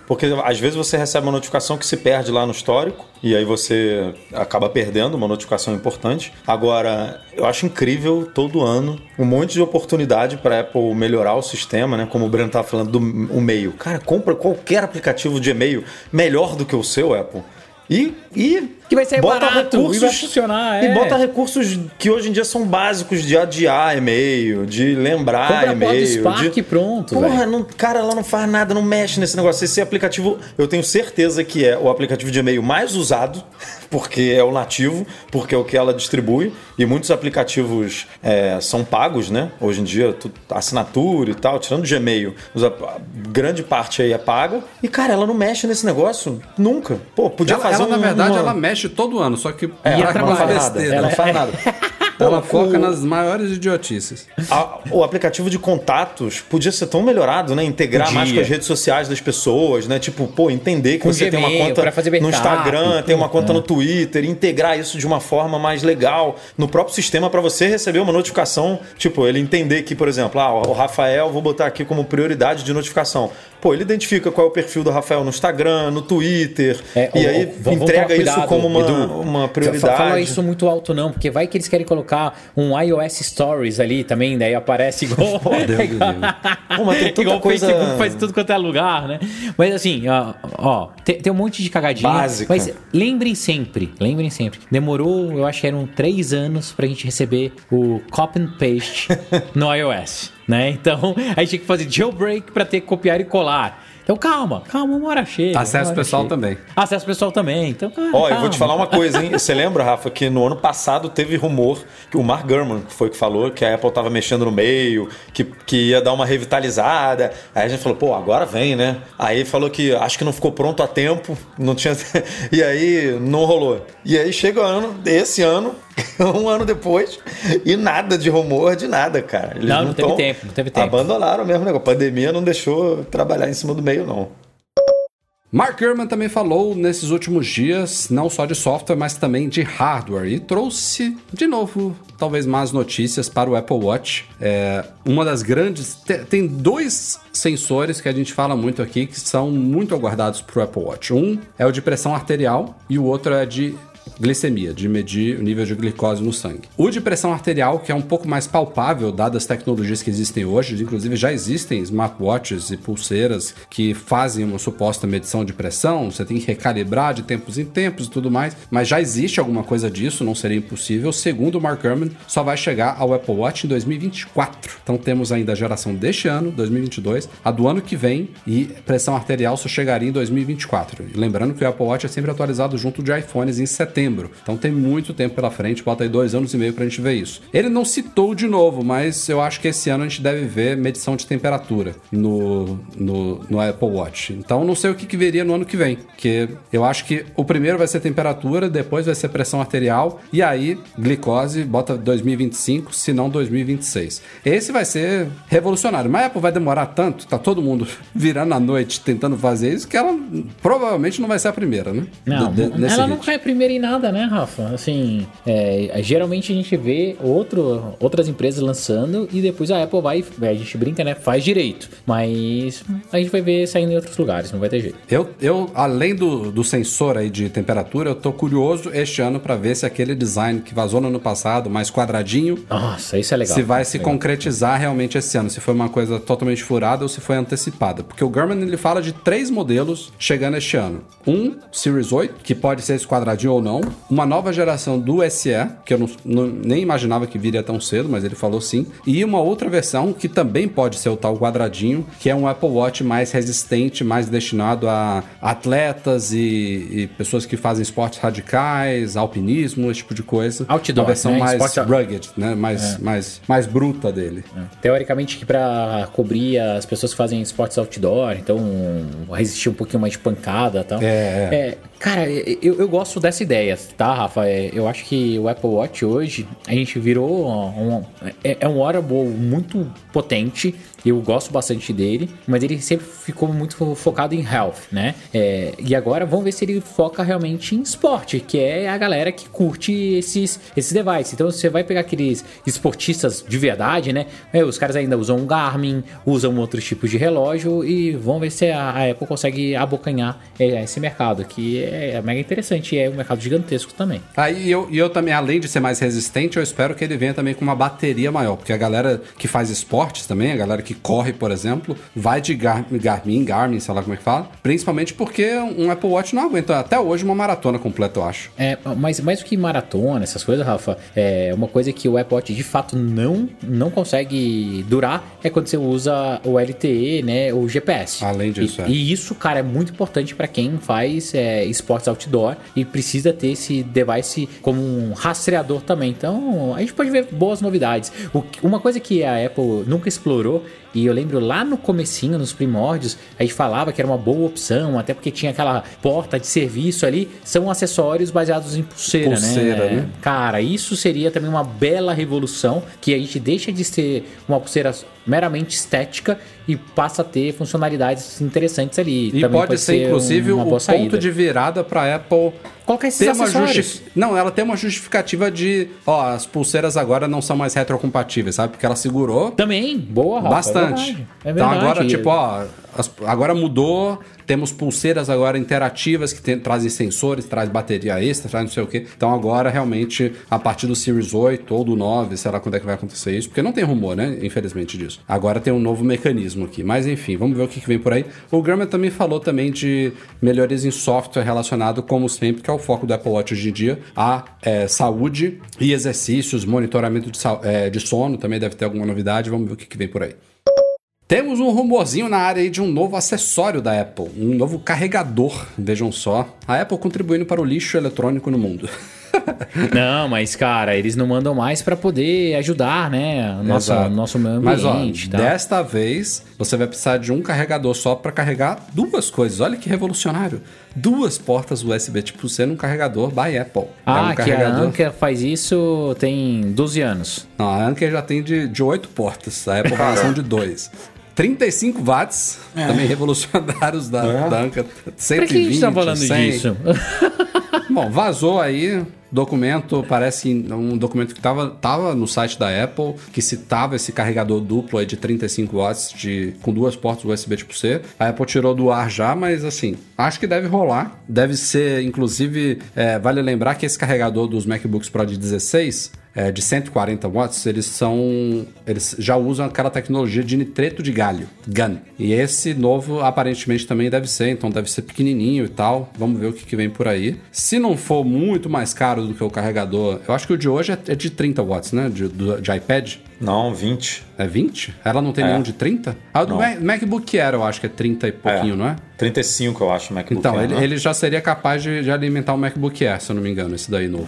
Porque às vezes você recebe uma notificação que se perde lá no histórico, e aí você acaba perdendo uma notificação importante. Agora, eu acho incrível todo ano um monte de oportunidade para a Apple melhorar o sistema, né? Como o Breno estava falando do e-mail. Cara, compra qualquer aplicativo de e-mail melhor do que o seu, Apple. E, e que vai ser bota barato, recursos, e vai funcionar, é. E bota recursos que hoje em dia são básicos de adiar e-mail, de lembrar Compra e-mail. Spark de... pronto, Porra, não, cara, ela não faz nada, não mexe nesse negócio. Esse aplicativo, eu tenho certeza que é o aplicativo de e-mail mais usado, porque é o nativo, porque é o que ela distribui. E muitos aplicativos é, são pagos, né? Hoje em dia, tu, assinatura e tal, tirando o Gmail, a grande parte aí é paga. E, cara, ela não mexe nesse negócio nunca. Pô, podia ela, fazer ela, um... na verdade, uma... ela mexe todo ano, só que É, ela pra não faz besteira. nada. Ela não faz nada. Ela foca nas maiores idiotices. A, o aplicativo de contatos podia ser tão melhorado, né? Integrar Podia. mais com as redes sociais das pessoas, né? Tipo, pô, entender que Com você tem uma Gmail, conta pra fazer no backup. Instagram, tem uma conta no Twitter, integrar isso de uma forma mais legal no próprio sistema para você receber uma notificação. Tipo, ele entender que, por exemplo, ah, o Rafael, vou botar aqui como prioridade de notificação. Pô, ele identifica qual é o perfil do Rafael no Instagram, no Twitter, É, e ó, aí ó, vamos entrega tomar isso cuidado, como uma, Edu. uma prioridade. Fala isso muito alto não, porque vai que eles querem colocar um iOS Stories ali também, daí aparece igual... Deus do livro. Pô, mas tem tanta igual o coisa... Facebook faz tudo quanto é lugar, né? Mas assim, ó, ó tem, tem um monte de cagadinha. Básica. Mas lembrem sempre, lembrem sempre. Demorou, eu acho que eram três anos pra gente receber o copy and paste no iOS, né? Então, a gente tinha que fazer jailbreak pra ter que copiar e colar. Então calma, calma, uma hora chega. Acesso pessoal chega. também. Acesso pessoal também. Então, calma, Ó, eu calma. vou te falar uma coisa, hein? Você lembra, Rafa, que no ano passado teve rumor que o Mark Gurman foi que falou que a Apple tava mexendo no meio, que, que ia dar uma revitalizada. Aí a gente falou, pô, agora vem, né? Aí falou que acho que não ficou pronto a tempo, não tinha... E aí não rolou. E aí chega o ano, esse ano, um ano depois, e nada de rumor, de nada, cara. Eles Não, não, não teve tão... tempo, não teve tempo. Abandonaram mesmo o negócio. A pandemia não deixou trabalhar em cima do meio, não. Mark Gurman também falou nesses últimos dias, não só de software, mas também de hardware, e trouxe, de novo, talvez más notícias para o Apple Watch. É, uma das grandes... Te, tem dois sensores que a gente fala muito aqui que são muito aguardados para o Apple Watch. Um é o de pressão arterial e o outro é de glicemia, de medir o nível de glicose no sangue. O de pressão arterial, que é um pouco mais palpável, dadas as tecnologias que existem hoje, inclusive já existem smartwatches e pulseiras que fazem uma suposta medição de pressão, você tem que recalibrar de tempos em tempos e tudo mais, mas já existe alguma coisa disso, não seria impossível. Segundo o Mark Gurman, só vai chegar ao Apple Watch em dois mil e vinte e quatro. Então temos ainda a geração deste ano, dois mil e vinte e dois, a do ano que vem, e pressão arterial só chegaria em dois mil e vinte e quatro. E lembrando que o Apple Watch é sempre atualizado junto de iPhones em setembro. Então tem muito tempo pela frente, bota aí dois anos e meio pra gente ver isso. Ele não citou de novo, mas eu acho que esse ano a gente deve ver medição de temperatura no, no, no Apple Watch. Então não sei o que, que viria no ano que vem, porque eu acho que o primeiro vai ser temperatura, depois vai ser pressão arterial, e aí glicose, bota dois mil e vinte e cinco, se não dois mil e vinte e seis. Esse vai ser revolucionário, mas a Apple vai demorar tanto, tá todo mundo virando à noite tentando fazer isso, que ela provavelmente não vai ser a primeira, né? Não, D- d- ela ritmo. nunca é primeira em nada, né, Rafa? Assim, é, geralmente a gente vê outro, outras empresas lançando e depois a Apple vai, a gente brinca, né, faz direito. Mas a gente vai ver saindo em outros lugares, não vai ter jeito. Eu, eu além do, do sensor aí de temperatura, eu tô curioso este ano para ver se aquele design que vazou no ano passado, mais quadradinho, Nossa, isso é legal. se vai se legal. concretizar realmente esse ano, se foi uma coisa totalmente furada ou se foi antecipada. Porque o Gurman, ele fala de três modelos chegando este ano. Um, Series oito, que pode ser esse quadradinho ou não. Uma nova geração do S E, que eu não, não, nem imaginava que viria tão cedo, mas ele falou sim. E uma outra versão, que também pode ser o tal quadradinho, que é um Apple Watch mais resistente, mais destinado a atletas e, e pessoas que fazem esportes radicais, alpinismo, esse tipo de coisa. Outdoor, uma versão né? mais Esporte- rugged, né? Mais, É. mais, mais bruta dele. Teoricamente, que para cobrir as pessoas que fazem esportes outdoor, então resistir um pouquinho mais de pancada e tal. É, é. É, cara, eu, eu gosto dessa ideia, tá, Rafa? É, eu acho que o Apple Watch hoje, a gente virou um, é, é um wearable muito potente eu gosto bastante dele, mas ele sempre ficou muito focado em health, né? É, e agora vamos ver se ele foca realmente em esporte, que é a galera que curte esses, esses devices. Então você vai pegar aqueles esportistas de verdade, né? É, os caras ainda usam um Garmin, usam outros tipos de relógio e vamos ver se a, a Apple consegue abocanhar é, esse mercado, que é, é mega interessante e é um mercado gigantesco também. Aí ah, eu, e eu também, além de ser mais resistente, eu espero que ele venha também com uma bateria maior, porque a galera que faz esportes também, a galera que corre, por exemplo, vai de Gar- Garmin, Garmin, sei lá como é que fala, principalmente porque um Apple Watch não aguenta até hoje uma maratona completa, eu acho. É, mas mais do que maratona, essas coisas, Rafa, é uma coisa que o Apple Watch de fato não, não consegue durar é quando você usa o L T E, né, o G P S. Além disso, e, é. E isso, cara, é muito importante para quem faz é, esportes outdoor e precisa ter esse device como um rastreador também. Então, a gente pode ver boas novidades. O, uma coisa que a Apple nunca explorou, e eu lembro lá no comecinho, nos primórdios, a gente falava que era uma boa opção, até porque tinha aquela porta de serviço ali, são acessórios baseados em pulseira, pulseira né? né? Cara, isso seria também uma bela revolução, que a gente deixa de ser uma pulseira meramente estética e passa a ter funcionalidades interessantes ali. E também pode, pode ser, inclusive, um, o ponto saída. de virada para a Apple colocar esses ter acessórios. Uma justi... Não, ela tem uma justificativa de, ó, as pulseiras agora não são mais retrocompatíveis, sabe? Porque ela segurou... Também, boa, Rafa. Bastante. É verdade. É então verdade. agora, tipo, ó, as... agora mudou... Temos pulseiras agora interativas que tem, trazem sensores, traz bateria extra, traz não sei o quê. Então agora realmente a partir do Series oito ou do nove, sei lá quando é que vai acontecer isso, porque não tem rumor, né? Infelizmente disso. Agora tem um novo mecanismo aqui. Mas enfim, vamos ver o que, que vem por aí. O Graham também falou também de melhorias em software relacionado, como sempre, que é o foco do Apple Watch hoje em dia, a é, saúde e exercícios, monitoramento de, é, de sono, também deve ter alguma novidade. Vamos ver o que, que vem por aí. Temos um rumorzinho na área aí de um novo acessório da Apple, um novo carregador, vejam só. A Apple contribuindo para o lixo eletrônico no mundo. Não, mas cara, eles não mandam mais para poder ajudar, né, o nosso, nosso meio ambiente. Mas ó, tá? desta vez você vai precisar de um carregador só para carregar duas coisas. Olha que revolucionário. Duas portas U S B tipo C num carregador by Apple. Ah, é um que carregador... a Anker faz isso tem doze anos. Não, a Anker já tem de, de oito portas, a Apple são de dois. trinta e cinco watts, é. também revolucionários da, é. da Anker. cento e vinte, Por que a gente tá falando cem. disso? Bom, vazou aí documento, parece um documento que estava tava no site da Apple, que citava esse carregador duplo aí de trinta e cinco watts de, com duas portas U S B tipo C. A Apple tirou do ar já, mas assim, acho que deve rolar. Deve ser, inclusive, é, vale lembrar que esse carregador dos MacBooks Pro de dezesseis... É, de cento e quarenta watts, eles são eles já usam aquela tecnologia de nitreto de galho, G A N. E esse novo aparentemente também deve ser, então deve ser pequenininho e tal. Vamos ver o que, que vem por aí. Se não for muito mais caro do que o carregador, eu acho que o de hoje é de trinta watts, né? De, do, de iPad. Não, vinte. É vinte? Ela não tem é. nenhum de trinta? Ah, o do Ma- MacBook Air eu acho que é trinta e pouquinho, é. não é? trinta e cinco eu acho o MacBook então, Air. Então, né? ele, ele já seria capaz de, de alimentar o MacBook Air, se eu não me engano, esse daí novo.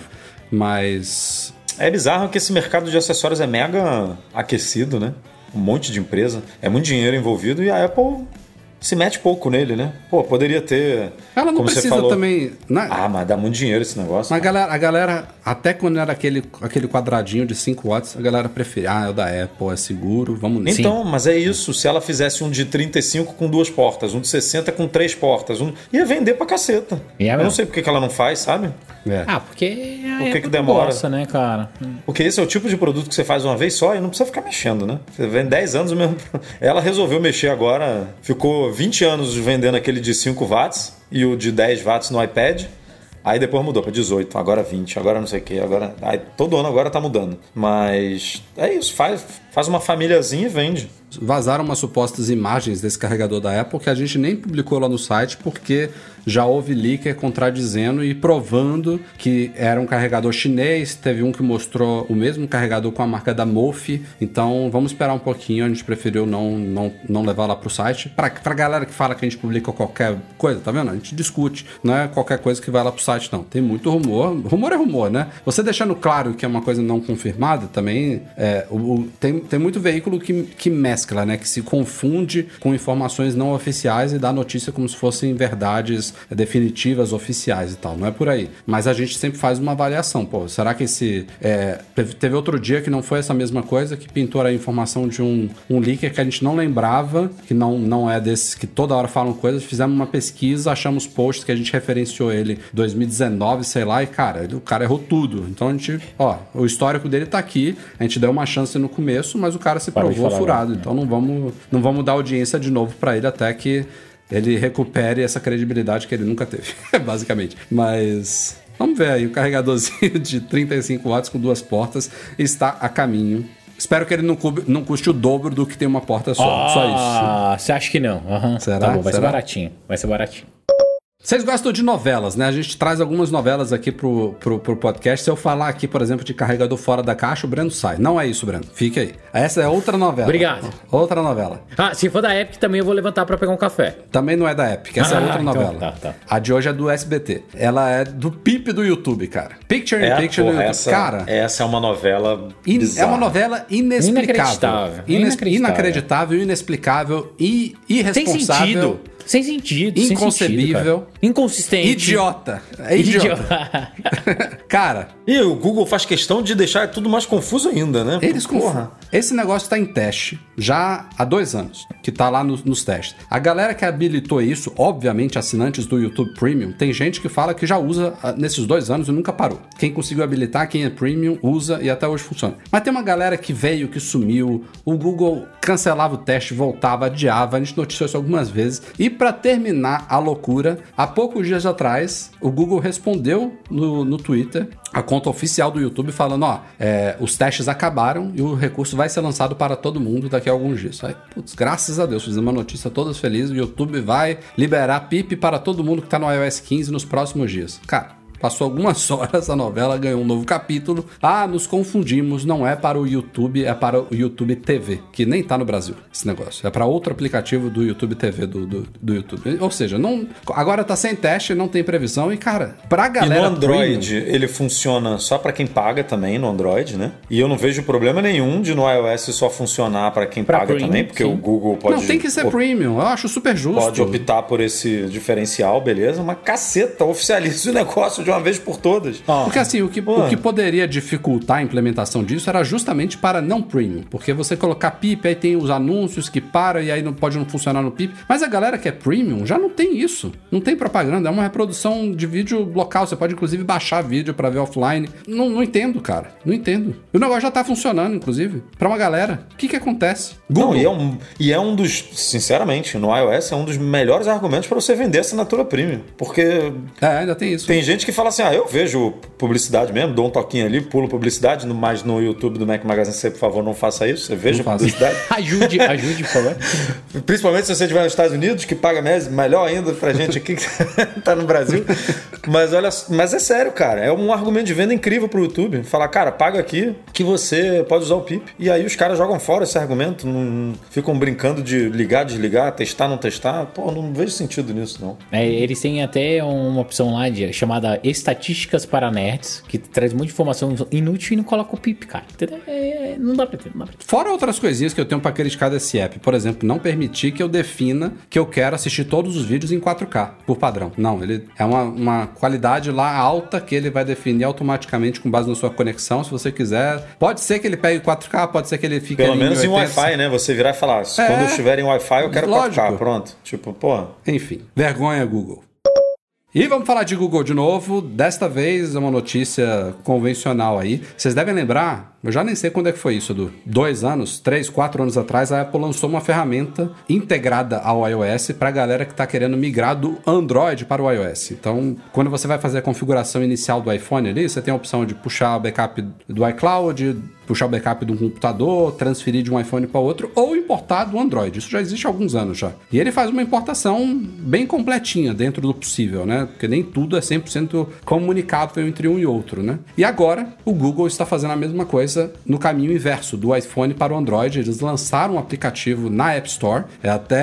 Mas... É bizarro que esse mercado de acessórios é mega aquecido, né? Um monte de empresa. É muito dinheiro envolvido e a Apple se mete pouco nele, né? Pô, poderia ter... Ela não como precisa você falou... também... Né? Ah, mas dá muito dinheiro esse negócio. Mas a galera, a galera, até quando era aquele, aquele quadradinho de cinco watts, a galera preferia. Ah, é o da Apple, é seguro, vamos nisso. Então, mas é isso. Se ela fizesse um de trinta e cinco com duas portas, um de sessenta com três portas, um... ia vender pra caceta. É, Eu não sei por que ela não faz, sabe? É. Ah, porque a Por que Apple que demora? gosta, né, cara? Porque esse é o tipo de produto que você faz uma vez só e não precisa ficar mexendo, né? Você vende dez anos mesmo. Ela resolveu mexer agora, ficou vinte anos vendendo aquele de cinco watts e o de dez watts no iPad. Aí depois mudou para dezoito, agora vinte, agora não sei o que, agora... Aí, todo ano agora tá mudando. Mas é isso, faz, faz uma famíliazinha e vende. Vazaram umas supostas imagens desse carregador da Apple que a gente nem publicou lá no site porque já houve leaker contradizendo e provando que era um carregador chinês. Teve um que mostrou o mesmo carregador com a marca da Mofi. Então vamos esperar um pouquinho, a gente preferiu não, não, não levar lá pro site. Pra, pra galera que fala que a gente publica qualquer coisa, tá vendo? A gente discute, não é qualquer coisa que vai lá pro site, não. Tem muito rumor. Rumor é rumor, né? Você deixando claro que é uma coisa não confirmada também, é, o, o, tem, tem muito veículo que, que mescla mescla, né? Que se confunde com informações não oficiais e dá notícia como se fossem verdades definitivas, oficiais e tal. Não é por aí. Mas a gente sempre faz uma avaliação. Pô, será que esse... É, teve outro dia que não foi essa mesma coisa, que pintou a informação de um, um leaker que a gente não lembrava, que não, não é desses que toda hora falam coisas. Fizemos uma pesquisa, achamos posts que a gente referenciou ele em dois mil e dezenove, sei lá, e cara, ele, o cara errou tudo. Então a gente... Ó, o histórico dele tá aqui. A gente deu uma chance no começo, mas o cara se Para provou furado. Agora, então não vamos, não vamos dar audiência de novo pra ele até que ele recupere essa credibilidade que ele nunca teve, basicamente. Mas vamos ver aí, o carregadorzinho de trinta e cinco watts com duas portas está a caminho. Espero que ele não, cube, não custe o dobro do que tem uma porta só, ah, só isso. Ah, você acha que não? Uhum. Será? Tá bom, vai Será? ser baratinho, vai ser baratinho. Vocês gostam de novelas, né? A gente traz algumas novelas aqui pro, pro, pro podcast. Se eu falar aqui, por exemplo, de carregador fora da caixa, o Breno sai. Não é isso, Breno. Fique aí. Essa é outra novela. Obrigado. Outra novela. Ah, se for da Epic, também eu vou levantar pra pegar um café. Também não é da Epic. Essa ah, é outra novela. Então, tá, tá. A de hoje é do S B T. Ela é do P I P do YouTube, cara. Picture in é, Picture porra, do YouTube. Essa, cara, essa é uma novela in, bizarra. É uma novela inexplicável. Inacreditável. Ines, Inacreditável. Inacreditável, inexplicável e irresponsável. Sem sentido. Sem sentido. Inconcebível. Sem sentido, Inconsistente. Idiota. É idiota. idiota. Cara. E o Google faz questão de deixar tudo mais confuso ainda, né? Eles Porra. Esse negócio tá em teste já há dois anos, que tá lá no, nos testes. A galera que habilitou isso, obviamente assinantes do YouTube Premium, tem gente que fala que já usa nesses dois anos e nunca parou. Quem conseguiu habilitar, quem é Premium, usa e até hoje funciona. Mas tem uma galera que veio, que sumiu, o Google cancelava o teste, voltava, adiava, a gente noticiou isso algumas vezes. E pra terminar a loucura, há poucos dias atrás, o Google respondeu no, no Twitter, a conta oficial do YouTube, falando, ó, é, os testes acabaram e o recurso vai ser lançado para todo mundo daqui a alguns dias. Aí, putz, graças a Deus, fizemos uma notícia todas felizes, o YouTube vai liberar P I P para todo mundo que tá no iOS quinze nos próximos dias. Cara, passou algumas horas, a novela ganhou um novo capítulo. Ah, nos confundimos, não é para o YouTube, é para o YouTube T V, que nem tá no Brasil, esse negócio. É para outro aplicativo do YouTube T V do, do, do YouTube. Ou seja, não, agora tá sem teste, não tem previsão e, cara, pra galera... E no Android, premium, ele funciona só para quem paga também, no Android, né? E eu não vejo problema nenhum de no iOS só funcionar para quem pra paga premium, também, porque sim. O Google pode... Não, tem que ser op- premium, eu acho super justo. Pode optar por esse diferencial, beleza? Mas caceta, oficializa o negócio de uma vez por todas. Oh. Porque assim, o que, o que poderia dificultar a implementação disso era justamente para não premium, porque você colocar P I P, aí tem os anúncios que param e aí não pode não funcionar no P I P, mas a galera que é premium já não tem isso, não tem propaganda, é uma reprodução de vídeo local, você pode inclusive baixar vídeo para ver offline. Não, não entendo, cara, não entendo. O negócio já tá funcionando, inclusive, para uma galera. O que que acontece? Google. Não, e, é um, e é um dos, sinceramente, no iOS é um dos melhores argumentos para você vender assinatura premium, porque... É, ainda tem isso. Tem gente que fala assim, ah, eu Eu vejo publicidade mesmo, dou um toquinho ali, pulo publicidade, mas no YouTube do Mac Magazine, você, por favor, não faça isso. Você veja publicidade. ajude, ajude, por favor. Principalmente se você estiver nos Estados Unidos, que paga melhor ainda pra gente aqui que tá no Brasil. Mas olha, mas é sério, cara. É um argumento de venda incrível pro YouTube. Falar, cara, paga aqui que você pode usar o P I P. E aí os caras jogam fora esse argumento, não ficam brincando de ligar, desligar, testar, não testar. Pô, não vejo sentido nisso, não. É, eles têm até uma opção lá de, chamada estatística para nerds, que traz muita informação inútil e não coloca o P I P, cara. É, não dá pra ter, não dá pra ter. Fora outras coisinhas que eu tenho pra criticar desse app. Por exemplo, não permitir que eu defina que eu quero assistir todos os vídeos em quatro K, por padrão. Não, ele é uma, uma qualidade lá alta que ele vai definir automaticamente com base na sua conexão, se você quiser. Pode ser que ele pegue quatro K, pode ser que ele fique Pelo ali menos em, em Wi-Fi, né? Você virar e falar, é, quando eu estiver em Wi-Fi eu quero lógico. quatro K, pronto. Tipo, pô. Enfim, vergonha, Google. E vamos falar de Google de novo. Desta vez é uma notícia convencional aí. Vocês devem lembrar, eu já nem sei quando é que foi isso, Edu. Dois anos, três, quatro anos atrás, a Apple lançou uma ferramenta integrada ao iOS para a galera que está querendo migrar do Android para o iOS. Então, quando você vai fazer a configuração inicial do iPhone ali, você tem a opção de puxar o backup do iCloud, puxar o backup de um computador, transferir de um iPhone para outro ou importar do Android. Isso já existe há alguns anos já. E ele faz uma importação bem completinha dentro do possível, né? Porque nem tudo é cem por cento comunicável entre um e outro, né? E agora, o Google está fazendo a mesma coisa no caminho inverso, do iPhone para o Android. Eles lançaram um aplicativo na App Store. É até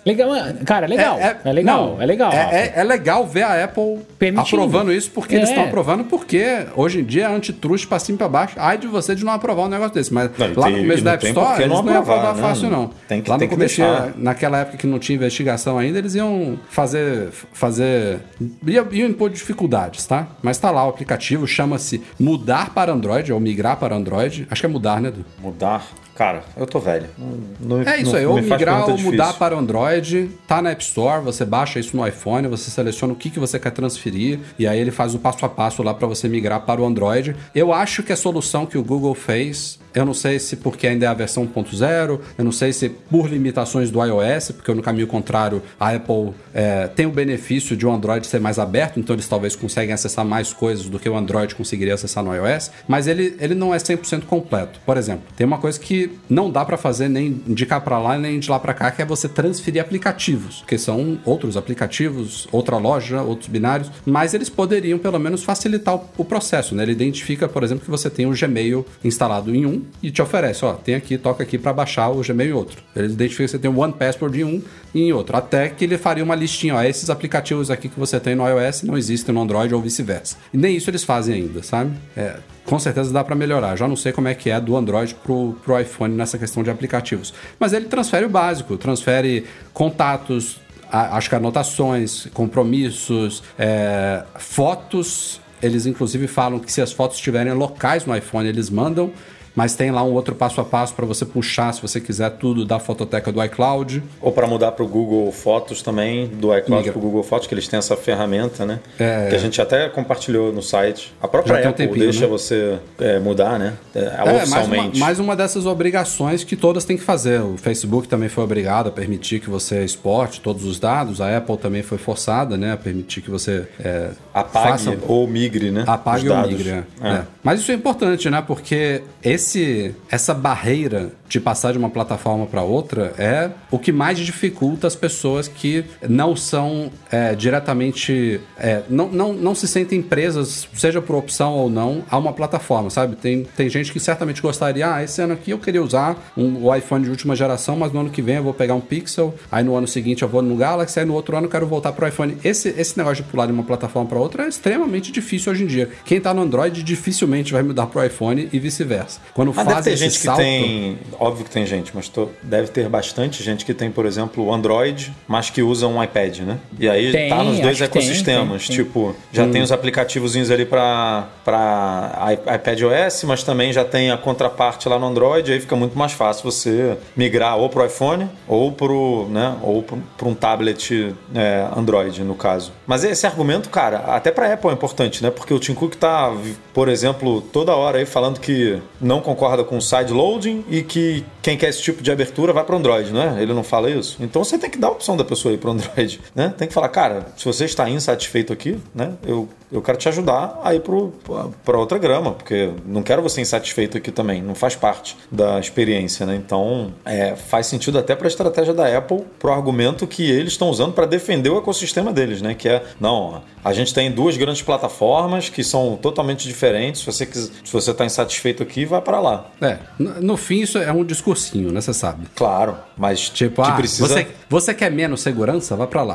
Legal, cara, é legal. É, é, é legal, não, é legal. É, é, é legal ver a Apple permitindo. Aprovando isso, porque é. eles estão aprovando, porque hoje em dia é antitruste pra cima e pra baixo. Ai de você de não aprovar um negócio desse. Mas não, lá tem, no começo da App Store, eles não, não iam aprovar né? fácil, não. Tem que, lá no começo, naquela época que não tinha investigação ainda, eles iam fazer... fazer iam, iam impor dificuldades, tá? Mas tá lá o aplicativo, chama-se Mudar para Android, ou Migrar para Android. Acho que é mudar, né, Edu? Mudar... Cara, eu tô velho. Não, não, é isso aí, ou migrar ou mudar para o Android, tá na App Store, você baixa isso no iPhone, você seleciona o que, que você quer transferir e aí ele faz o passo a passo lá para você migrar para o Android. Eu acho que a solução que o Google fez, eu não sei se porque ainda é a versão um ponto zero, eu não sei se por limitações do iOS, porque no caminho contrário a Apple é, tem o benefício de o Android ser mais aberto, então eles talvez conseguem acessar mais coisas do que o Android conseguiria acessar no iOS, mas ele, ele não é cem por cento completo. Por exemplo, tem uma coisa que não dá para fazer nem de cá para lá nem de lá para cá, que é você transferir aplicativos, que são outros aplicativos, outra loja, outros binários, mas eles poderiam pelo menos facilitar o, o processo, né? Ele identifica, por exemplo, que você tem o Gmail instalado em um e te oferece, ó, tem aqui, toca aqui para baixar o Gmail em outro. Ele identifica que você tem o One Password em um e em outro, até que ele faria uma listinha, ó, esses aplicativos aqui que você tem no iOS não existem no Android ou vice-versa. E nem isso eles fazem ainda, sabe? É... Com certeza dá para melhorar. Já não sei como é que é do Android pro, pro iPhone nessa questão de aplicativos. Mas ele transfere o básico, transfere contatos, a, acho que anotações, compromissos, é, fotos. Eles inclusive falam que se as fotos estiverem locais no iPhone, eles mandam. Mas tem lá um outro passo a passo para você puxar, se você quiser, tudo da fototeca do iCloud. Ou para mudar para o Google Fotos também, do iCloud para o Google Fotos, que eles têm essa ferramenta, né? É... Que a gente até compartilhou no site. A própria Apple um tempinho, deixa né? você é, mudar, né? É, é, oficialmente. Mais uma, mais uma dessas obrigações que todas têm que fazer. O Facebook também foi obrigado a permitir que você exporte todos os dados. A Apple também foi forçada, né? A permitir que você... É, apague faça... ou migre, né? Apague ou migre, é. É. Mas isso é importante, né? Porque esse, essa barreira de passar de uma plataforma para outra é o que mais dificulta as pessoas que não são é, diretamente... É, não, não, não se sentem presas, seja por opção ou não, a uma plataforma, sabe? Tem, tem gente que certamente gostaria, ah, esse ano aqui eu queria usar um, o iPhone de última geração, mas no ano que vem eu vou pegar um Pixel, aí no ano seguinte eu vou no Galaxy, aí no outro ano eu quero voltar pro iPhone. Esse, esse negócio de pular de uma plataforma para outra é extremamente difícil hoje em dia. Quem tá no Android dificilmente vai mudar pro iPhone e vice-versa. Quando mas faz deve ter esse gente salto... que tem... Óbvio que tem gente, mas tô... deve ter bastante gente que tem, por exemplo, o Android, mas que usa um iPad, né? E aí tem, tá nos dois ecossistemas. Tem, tem, tipo, tem. já hum. tem os aplicativozinhos ali para para iPadOS, mas também já tem a contraparte lá no Android, aí fica muito mais fácil você migrar ou pro iPhone ou pro, né, ou para um tablet é, Android, no caso. Mas esse argumento, cara, até para Apple é importante, né? Porque o Tim Cook tá, por exemplo, toda hora aí falando que não concorda com o sideloading e que quem quer esse tipo de abertura vai para o Android, não é? Ele não fala isso? Então você tem que dar a opção da pessoa ir para o Android, né? Tem que falar, cara, se você está insatisfeito aqui, né? Eu, eu quero te ajudar a ir para outra grama, porque não quero você insatisfeito aqui também, não faz parte da experiência, né? Então é, faz sentido até para a estratégia da Apple, para o argumento que eles estão usando para defender o ecossistema deles, né? Que é, não, a gente tem duas grandes plataformas que são totalmente diferentes, se você quiser, se você está insatisfeito aqui, vai para lá. É, no, no fim isso é um discursinho, né? Você sabe. Claro, mas tipo, que ah, precisa... você, você quer menos segurança? Vai para lá.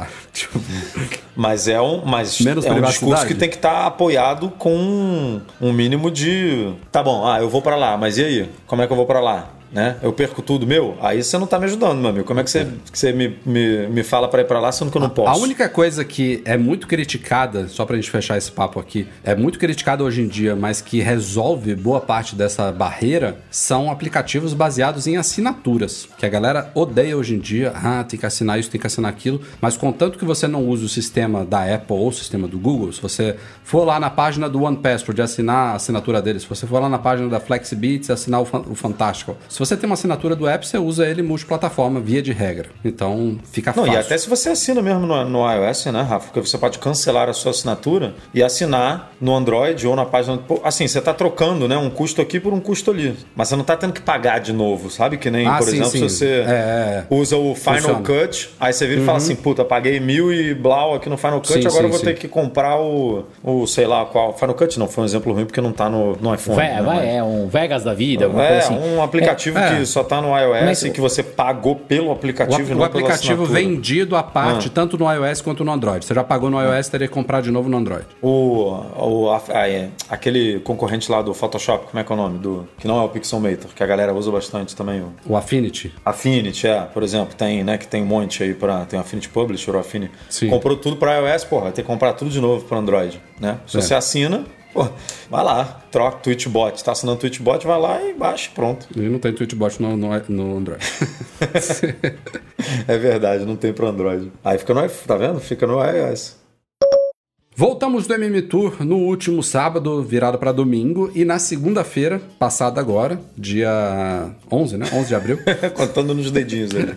Mas é um, mas menos é um discurso que tem que estar tá apoiado com um, um mínimo de... Tá bom, ah, eu vou para lá, mas e aí? Como é que eu vou para lá? Né? Eu perco tudo meu? Aí você não tá me ajudando, meu amigo. Como é que você, que você me, me, me fala para ir para lá sendo que eu não posso? A única coisa que é muito criticada, só pra gente fechar esse papo aqui, é muito criticada hoje em dia, mas que resolve boa parte dessa barreira, são aplicativos baseados em assinaturas, que a galera odeia hoje em dia. Ah, tem que assinar isso, tem que assinar aquilo, mas contanto que você não use o sistema da Apple ou o sistema do Google, se você for lá na página do One Password assinar a assinatura deles, se você for lá na página da FlexiBits assinar o, o Fantástico, se você tem uma assinatura do app, você usa ele multiplataforma, via de regra. Então, fica não, fácil. E até se você assina mesmo no, no iOS, né, Rafa? Porque você pode cancelar a sua assinatura e assinar no Android ou na página... Assim, você está trocando, né, um custo aqui por um custo ali. Mas você não está tendo que pagar de novo, sabe? Que nem, ah, por sim, exemplo, sim. se você é, é. usa o Final Funciona. Cut, aí você vira uhum. e fala assim, puta, paguei mil e blau aqui no Final Cut, sim, agora sim, eu vou sim. ter que comprar o, o, sei lá qual... Final Cut não, foi um exemplo ruim porque não está no, no iPhone. Vai, né, vai, mas... É um Vegas da vida, alguma é, coisa assim. um aplicativo aplicativo É. que só tá no iOS Mas- e que você pagou pelo O, aplicativo ap- e o não aplicativo pela assinatura. vendido à parte, Ah. tanto no iOS quanto no Android. Você já pagou no iOS, teria que comprar de novo no Android. O, o, a- a- é, aquele concorrente lá do Photoshop, como é que é o nome? Do, que não é o Pixelmator, que a galera usa bastante também. O O Affinity. Affinity, é, por exemplo, tem, né, que tem um monte aí pra... Tem o Affinity Publisher, o Affinity. Sim. Comprou tudo pra iOS, porra, vai ter que comprar tudo de novo pro Android, né? Se É. você assina, pô, vai lá, troca Twitchbot. Tá assinando Twitchbot, vai lá e baixa, pronto. E não tem Tweetbot no, no, no Android. É verdade, não tem pro Android. Aí fica no iPhone, tá vendo? Fica no iOS. Voltamos do M M Tour no último sábado, virado para domingo, e na segunda-feira, passada agora, dia onze, né? onze de abril. Contando nos dedinhos ali.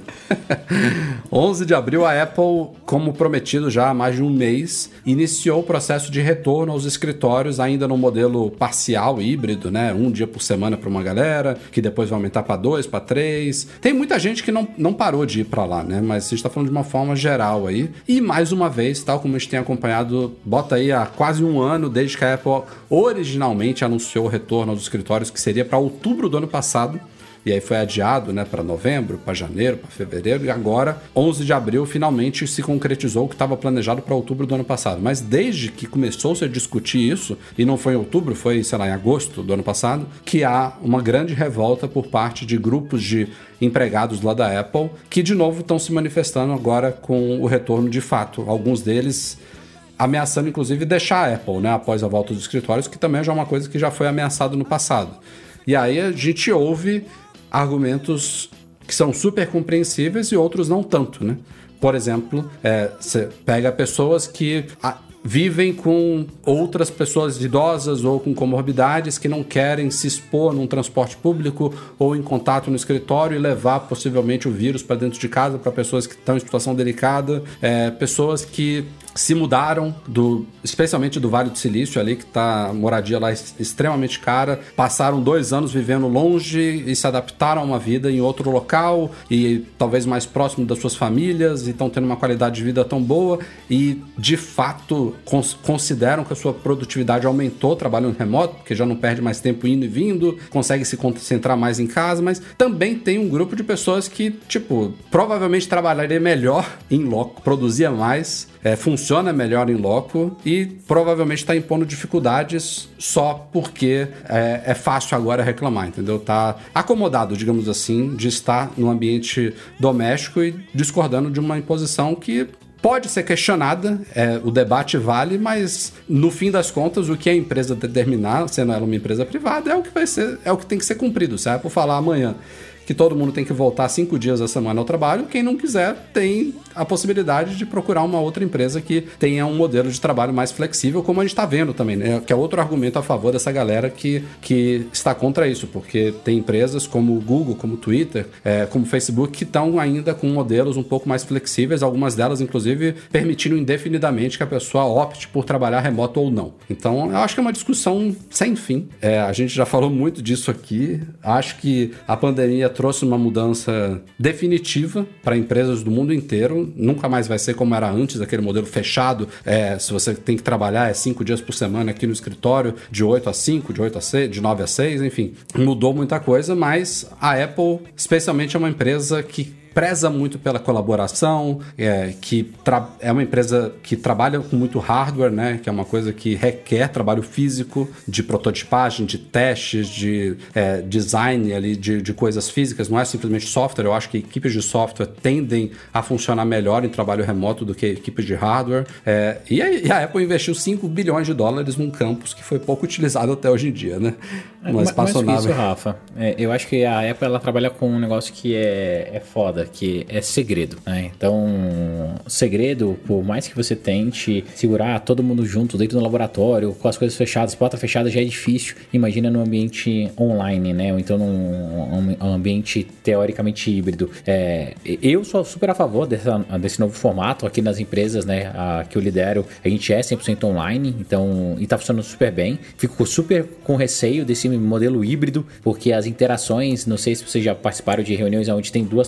onze de abril, a Apple, como prometido já há mais de um mês, iniciou o processo de retorno aos escritórios, ainda no modelo parcial, híbrido, né? Um dia por semana para uma galera, que depois vai aumentar para dois, para três. Tem muita gente que não, não parou de ir para lá, né? Mas a gente está falando de uma forma geral aí. E mais uma vez, tal como a gente tem acompanhado, bota aí há quase um ano, desde que a Apple originalmente anunciou o retorno aos escritórios, que seria para outubro do ano passado. E aí foi adiado, né, para novembro, para janeiro, para fevereiro, e agora, onze de abril, finalmente se concretizou o que estava planejado para outubro do ano passado. Mas desde que começou-se a discutir isso, e não foi em outubro, foi, sei lá, em agosto do ano passado, que há uma grande revolta por parte de grupos de empregados lá da Apple, que de novo estão se manifestando agora com o retorno de fato. Alguns deles ameaçando, inclusive, deixar a Apple, né, após a volta dos escritórios, que também já é uma coisa que já foi ameaçado no passado. E aí a gente ouve argumentos que são super compreensíveis e outros não tanto, né? Por exemplo, é, você pega pessoas que a, vivem com outras pessoas idosas ou com comorbidades que não querem se expor num transporte público ou em contato no escritório e levar possivelmente o vírus para dentro de casa para pessoas que estão em situação delicada, é, pessoas que se mudaram, do, especialmente do Vale do Silício ali, que tá a moradia lá extremamente cara, passaram dois anos vivendo longe e se adaptaram a uma vida em outro local e talvez mais próximo das suas famílias e estão tendo uma qualidade de vida tão boa e de fato cons- consideram que a sua produtividade aumentou trabalhando remoto, porque já não perde mais tempo indo e vindo, consegue se concentrar mais em casa, mas também tem um grupo de pessoas que, tipo, provavelmente trabalharia melhor em loco, produzia mais, é, funciona melhor em loco e provavelmente está impondo dificuldades só porque é, é fácil agora reclamar, entendeu? Tá acomodado, digamos assim, de estar no ambiente doméstico e discordando de uma imposição que pode ser questionada, é, o debate vale, mas no fim das contas o que a empresa determinar, sendo ela uma empresa privada, é o que vai ser, é o que tem que ser cumprido. Se a Apple falar amanhã que todo mundo tem que voltar cinco dias da semana ao trabalho, quem não quiser tem a possibilidade de procurar uma outra empresa que tenha um modelo de trabalho mais flexível, como a gente está vendo também, né? Que é outro argumento a favor dessa galera que, que está contra isso, porque tem empresas como o Google, como o Twitter, é, como o Facebook, que estão ainda com modelos um pouco mais flexíveis, algumas delas, inclusive, permitindo indefinidamente que a pessoa opte por trabalhar remoto ou não. Então, eu acho que é uma discussão sem fim. É, a gente já falou muito disso aqui. Acho que a pandemia trouxe uma mudança definitiva para empresas do mundo inteiro. Nunca mais vai ser como era antes, aquele modelo fechado. É, se você tem que trabalhar é cinco dias por semana aqui no escritório, de oito a cinco, de oito a seis, de nove a seis, enfim. Mudou muita coisa, mas a Apple, especialmente, é uma empresa que preza muito pela colaboração, é, que tra- é uma empresa que trabalha com muito hardware, né, que é uma coisa que requer trabalho físico, de prototipagem, de testes, de é, design ali, de, de coisas físicas, não é simplesmente software. Eu acho que equipes de software tendem a funcionar melhor em trabalho remoto do que equipes de hardware. É, e, a, e a Apple investiu cinco bilhões de dólares num campus que foi pouco utilizado até hoje em dia, né? Uma espaçonave. Mais que isso, Rafa, é, eu acho que a Apple ela trabalha com um negócio que é, é foda, que é segredo, né? Então, segredo, por mais que você tente segurar todo mundo junto dentro do laboratório, com as coisas fechadas, porta fechada já é difícil. Imagina num ambiente online, né? Ou então num um ambiente teoricamente híbrido. É, eu sou super a favor dessa, desse novo formato aqui nas empresas, né? A, que eu lidero, a gente é cem por cento online, então, e tá funcionando super bem. Fico super com receio desse modelo híbrido, porque as interações, não sei se vocês já participaram de reuniões onde tem duas pessoas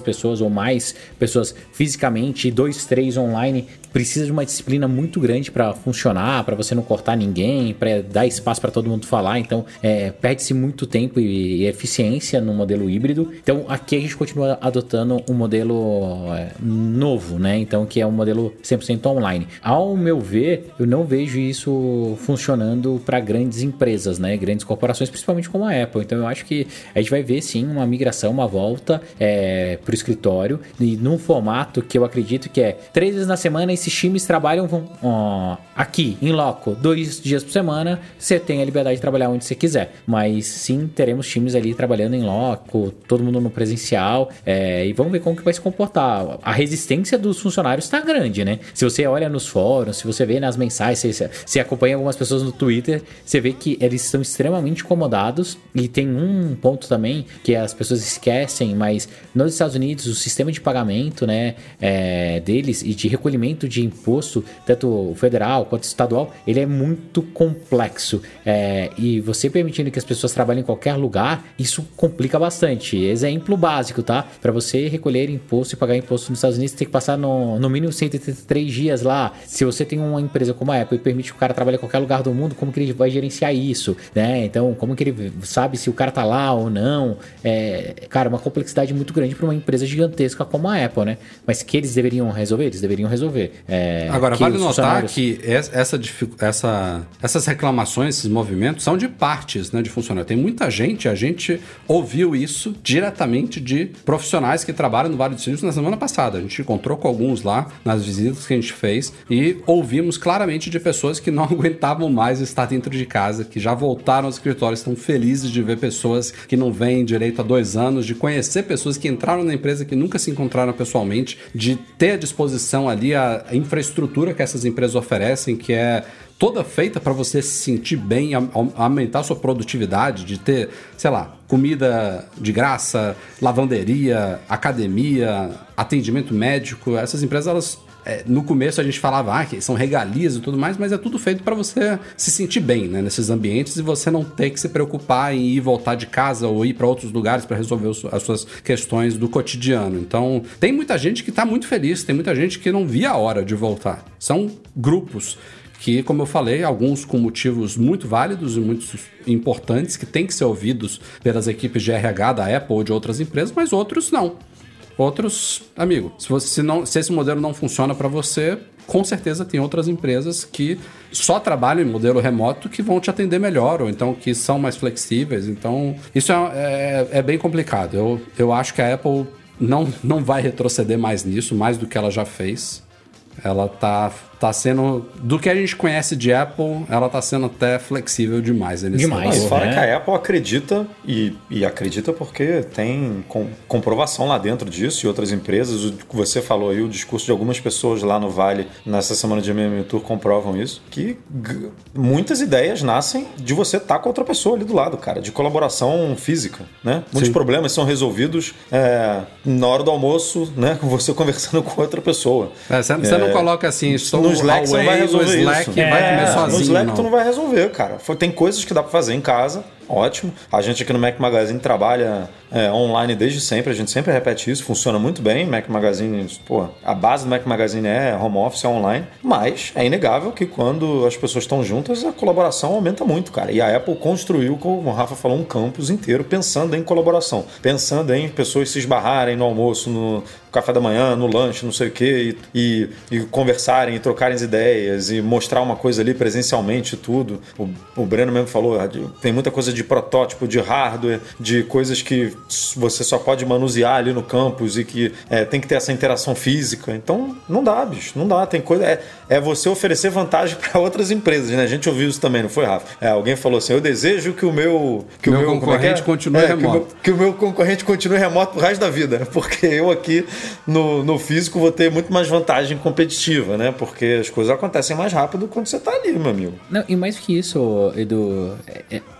ou mais pessoas fisicamente e dois, três online, precisa de uma disciplina muito grande para funcionar, para você não cortar ninguém, para dar espaço para todo mundo falar. Então, é, perde-se muito tempo e, e eficiência no modelo híbrido. Então, aqui a gente continua adotando um modelo é, novo, né? Então, que é um modelo cem por cento online. Ao meu ver, eu não vejo isso funcionando para grandes empresas, né? Grandes corporações, principalmente como a Apple. Então, eu acho que a gente vai ver, sim, uma migração, uma volta é, para o escritório e num formato que eu acredito que é três vezes na semana. Esses times trabalham ó, aqui, em loco, dois dias por semana. Você tem a liberdade de trabalhar onde você quiser. Mas sim, teremos times ali trabalhando em loco, todo mundo no presencial. É, e vamos ver como que vai se comportar. A resistência dos funcionários está grande, né? Se você olha nos fóruns, se você vê nas mensagens, se você acompanha algumas pessoas no Twitter, você vê que eles estão extremamente incomodados. E tem um ponto também que as pessoas esquecem, mas nos Estados Unidos o sistema de pagamento, né, é, deles e de recolhimento de imposto, tanto federal quanto estadual, ele é muito complexo. É, e você permitindo que as pessoas trabalhem em qualquer lugar, isso complica bastante. Exemplo básico, tá? Para você recolher imposto e pagar imposto nos Estados Unidos, você tem que passar no, no mínimo cento e oitenta e três dias lá. Se você tem uma empresa como a Apple e permite que o cara trabalhe em qualquer lugar do mundo, como que ele vai gerenciar isso, né? Então, como que ele sabe se o cara tá lá ou não? É, cara, uma complexidade muito grande para uma empresa gigantesca como a Apple, né? Mas que eles deveriam resolver, eles deveriam resolver. É, Agora, vale notar funcionários... que essa, essa, essas reclamações, esses movimentos são de partes, né, de funcionários. Tem muita gente, a gente ouviu isso diretamente de profissionais que trabalham no Vale do Silício na semana passada. A gente encontrou com alguns lá nas visitas que a gente fez e ouvimos claramente de pessoas que não aguentavam mais estar dentro de casa, que já voltaram aos escritórios, estão felizes de ver pessoas que não vêm direito há dois anos, de conhecer pessoas que entraram na empresa que nunca se encontraram pessoalmente, de ter à disposição ali a infraestrutura que essas empresas oferecem, que é toda feita para você se sentir bem, aumentar a sua produtividade, de ter, sei lá, comida de graça, lavanderia, academia, atendimento médico. Essas empresas, elas, é, no começo a gente falava ah, que são regalias e tudo mais, mas é tudo feito para você se sentir bem, né, nesses ambientes e você não ter que se preocupar em ir voltar de casa ou ir para outros lugares para resolver as suas questões do cotidiano. Então, tem muita gente que está muito feliz, tem muita gente que não via a hora de voltar. São grupos que, como eu falei, alguns com motivos muito válidos e muito importantes, que têm que ser ouvidos pelas equipes de R H da Apple ou de outras empresas, mas outros não. Outros, amigo, se, você, se, não, se esse modelo não funciona para você, com certeza tem outras empresas que só trabalham em modelo remoto que vão te atender melhor, ou então que são mais flexíveis. Então, isso é, é, é bem complicado. Eu, eu acho que a Apple não, não vai retroceder mais nisso, mais do que ela já fez. Ela tá, tá sendo... Do que a gente conhece de Apple, ela tá sendo até flexível demais. Demais. Mas fora, né, que a Apple acredita, e, e acredita porque tem com, comprovação lá dentro disso e outras empresas. O que você falou aí, o discurso de algumas pessoas lá no Vale, nessa semana de M M Tour, comprovam isso, que g- muitas ideias nascem de você estar com outra pessoa ali do lado, cara, de colaboração física, né? Muitos Sim. problemas são resolvidos é, na hora do almoço, né? Com você conversando com outra pessoa. É, você, você é, não coloca assim, estou no Slack você não vai resolver Slack isso. Vai comer é, sozinho. No Slack não. tu não vai resolver, cara. Tem coisas que dá pra fazer em casa, ótimo. A gente aqui no Mac Magazine trabalha é, online desde sempre, a gente sempre repete isso, funciona muito bem. Mac Magazine, pô, a base do Mac Magazine é home office, é online, mas é inegável que quando as pessoas estão juntas, a colaboração aumenta muito, cara. E a Apple construiu, como o Rafa falou, um campus inteiro pensando em colaboração, pensando em pessoas se esbarrarem no almoço, no café da manhã, no lanche, não sei o quê, e, e, e conversarem, e trocarem as ideias, e mostrar uma coisa ali presencialmente, tudo. O, o Breno mesmo falou, tem muita coisa de protótipo, de hardware, de coisas que você só pode manusear ali no campus e que é, tem que ter essa interação física. Então, não dá, bicho, não dá. Tem coisa... É, é você oferecer vantagem para outras empresas, né? A gente ouviu isso também, não foi, Rafa? É, alguém falou assim, eu desejo que o meu... Que meu, o meu concorrente é? continue é, remoto. Que o, meu, que o meu concorrente continue remoto pro resto da vida, porque eu aqui no, no físico vou ter muito mais vantagem competitiva, né? Porque as coisas acontecem mais rápido quando você tá ali, meu amigo. Não, e mais que isso, Edu, é, é,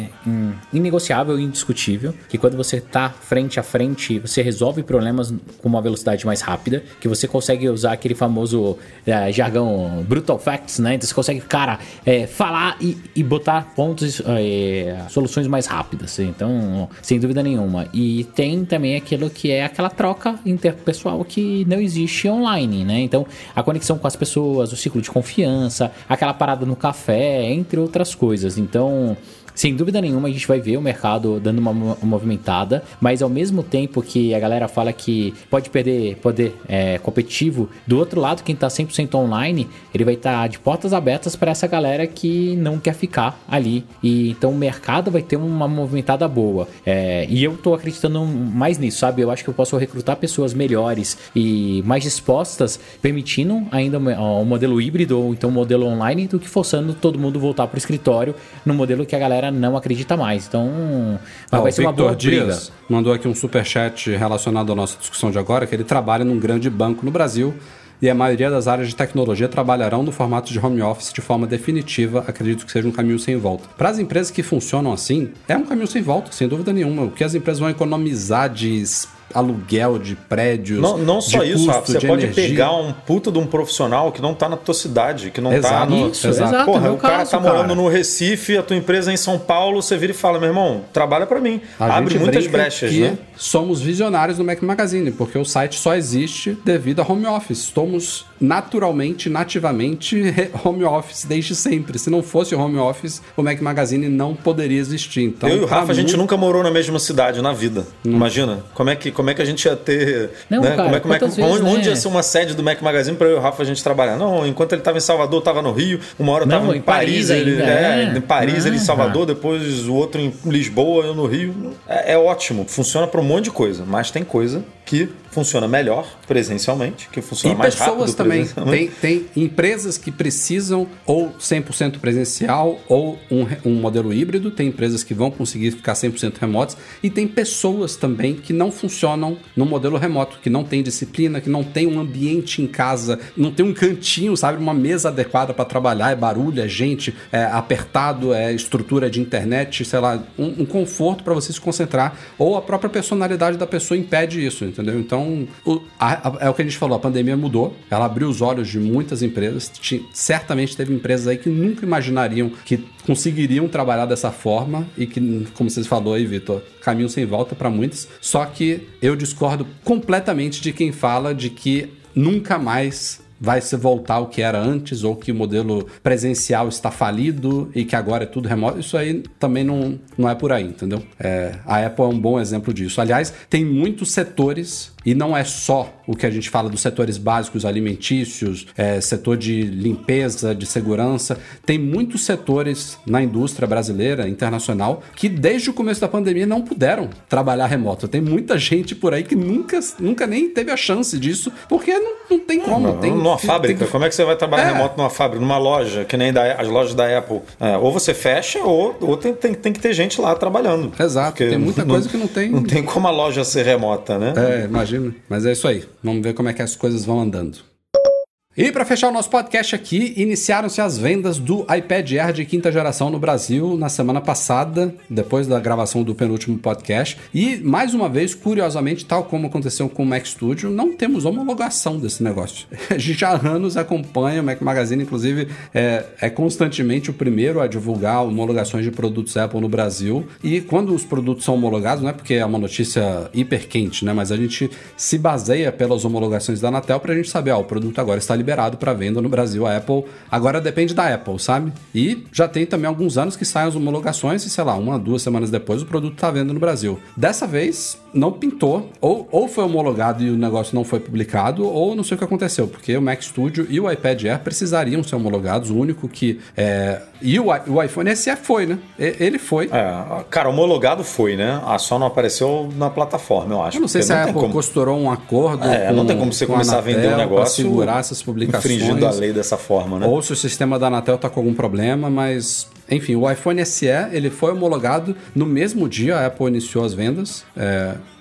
é inegociável e indiscutível que quando você tá frente a frente, você resolve problemas com uma velocidade mais rápida, que você consegue usar aquele famoso é, jargão brutal facts, né? Então você consegue, cara, é, falar e, e botar pontos, é, soluções mais rápidas. Então, sem dúvida nenhuma. E tem também aquilo que é aquela troca interpessoal que não existe online, né? Então, a conexão com as pessoas, o ciclo de confiança, aquela parada no café, entre outras coisas. Então, sem dúvida nenhuma, a gente vai ver o mercado dando uma movimentada, mas ao mesmo tempo que a galera fala que pode perder poder é, competitivo, do outro lado, quem está cem por cento online, ele vai estar tá de portas abertas para essa galera que não quer ficar ali. E então o mercado vai ter uma movimentada boa. É, e eu estou acreditando mais nisso, sabe? Eu acho que eu posso recrutar pessoas melhores e mais dispostas, permitindo ainda um modelo híbrido ou então um modelo online, do que forçando todo mundo voltar para o escritório no modelo que a galera não acredita mais. Então ah, vai ser uma boa briga. Dias mandou aqui um superchat relacionado à nossa discussão de agora, que ele trabalha num grande banco no Brasil e a maioria das áreas de tecnologia trabalharão no formato de home office de forma definitiva. Acredito que seja um caminho sem volta. Para as empresas que funcionam assim, é um caminho sem volta, sem dúvida nenhuma. O que as empresas vão economizar de aluguel de prédios. Não, não só de isso, custo, Rafa. Você de pode energia. pegar um puta de um profissional que não tá na tua cidade, que não Exato, tá no. Isso, exato. Porra, meu o cara caso, tá morando cara. no Recife, a tua empresa é em São Paulo, você vira e fala, meu irmão, trabalha pra mim. A Abre gente muitas brinca brechas, que né? somos visionários no Mac Magazine, porque o site só existe devido a home office. Somos naturalmente, nativamente home office desde sempre. Se não fosse home office, o Mac Magazine não poderia existir. Então, eu e o Rafa, a gente muito... nunca morou na mesma cidade na vida. Hum. Imagina. Como é, que, como é que a gente ia ter... Não, né? cara, como é, como é que, vezes, onde, né? onde ia ser uma sede do Mac Magazine para eu e o Rafa a gente trabalhar? Não, enquanto ele estava em Salvador, estava no Rio. Uma hora eu Não, estava em, em Paris. Paris ele, ainda, é, é. Em Paris, Ah, ele em Salvador. Depois o outro em Lisboa, eu no Rio. É, é ótimo. Funciona para um monte de coisa. Mas tem coisa que funciona melhor presencialmente, que funciona e mais rápido. E pessoas também. Tem, tem empresas que precisam ou cem por cento presencial ou um, um modelo híbrido. Tem empresas que vão conseguir ficar cem por cento remotos. E tem pessoas também que não funcionam no modelo remoto, que não tem disciplina, que não tem um ambiente em casa, não tem um cantinho, sabe? Uma mesa adequada para trabalhar, é barulho, é gente, é apertado, é estrutura de internet, sei lá, um, um conforto para você se concentrar. Ou a própria personalidade da pessoa impede isso, entendeu? Então, o, a, a, é o que a gente falou, a pandemia mudou, ela abriu os olhos de muitas empresas, tinha, certamente teve empresas aí que nunca imaginariam que conseguiriam trabalhar dessa forma e que, como você falou aí, Vitor, caminho sem volta para muitos, só que eu discordo completamente de quem fala de que nunca mais vai se voltar ao que era antes ou que o modelo presencial está falido e que agora é tudo remoto. Isso aí também não, não é por aí, entendeu? É, a Apple é um bom exemplo disso. Aliás, tem muitos setores, e não é só o que a gente fala dos setores básicos alimentícios, é, setor de limpeza, de segurança. Tem muitos setores na indústria brasileira, internacional, que desde o começo da pandemia não puderam trabalhar remoto. Tem muita gente por aí que nunca, nunca nem teve a chance disso, porque não, não tem como. Não, tem, numa tem, fábrica, tem que... como é que você vai trabalhar é. remoto numa fábrica, numa loja, que nem da, as lojas da Apple? É, ou você fecha, ou, ou tem, tem, tem que ter gente lá trabalhando. Exato, porque tem muita não, coisa que não tem... Não tem como a loja ser remota, né? É, imagina. Mas é isso aí. Vamos ver como é que as coisas vão andando. E para fechar o nosso podcast aqui, iniciaram-se as vendas do iPad Air de quinta geração no Brasil na semana passada, depois da gravação do penúltimo podcast. E, mais uma vez, curiosamente, tal como aconteceu com o Mac Studio, não temos homologação desse negócio. A gente já há anos acompanha, o Mac Magazine, inclusive, é, é constantemente o primeiro a divulgar homologações de produtos Apple no Brasil. E quando os produtos são homologados, não é porque é uma notícia hiper quente, né? Mas a gente se baseia pelas homologações da Anatel para a gente saber, ó, o produto agora está liberado para venda no Brasil. A Apple agora depende da Apple, sabe? E já tem também alguns anos que saem as homologações e, sei lá, uma, duas semanas depois o produto está vendo no Brasil. Dessa vez, não pintou, ou, ou foi homologado e o negócio não foi publicado, ou não sei o que aconteceu, porque o Mac Studio e o iPad Air precisariam ser homologados. O único que... É... E o, o iPhone S E foi, né? Ele foi. É, cara, homologado foi, né? Ah, só não apareceu na plataforma, eu acho. Eu não sei se não a Apple como... costurou um acordo é, com, não tem como você começar a, a vender um negócio para segurar essas publicações, infringindo a lei dessa forma, né? Ou se o sistema da Anatel está com algum problema, mas... Enfim, o iPhone S E, ele foi homologado no mesmo dia, a Apple iniciou as vendas. É,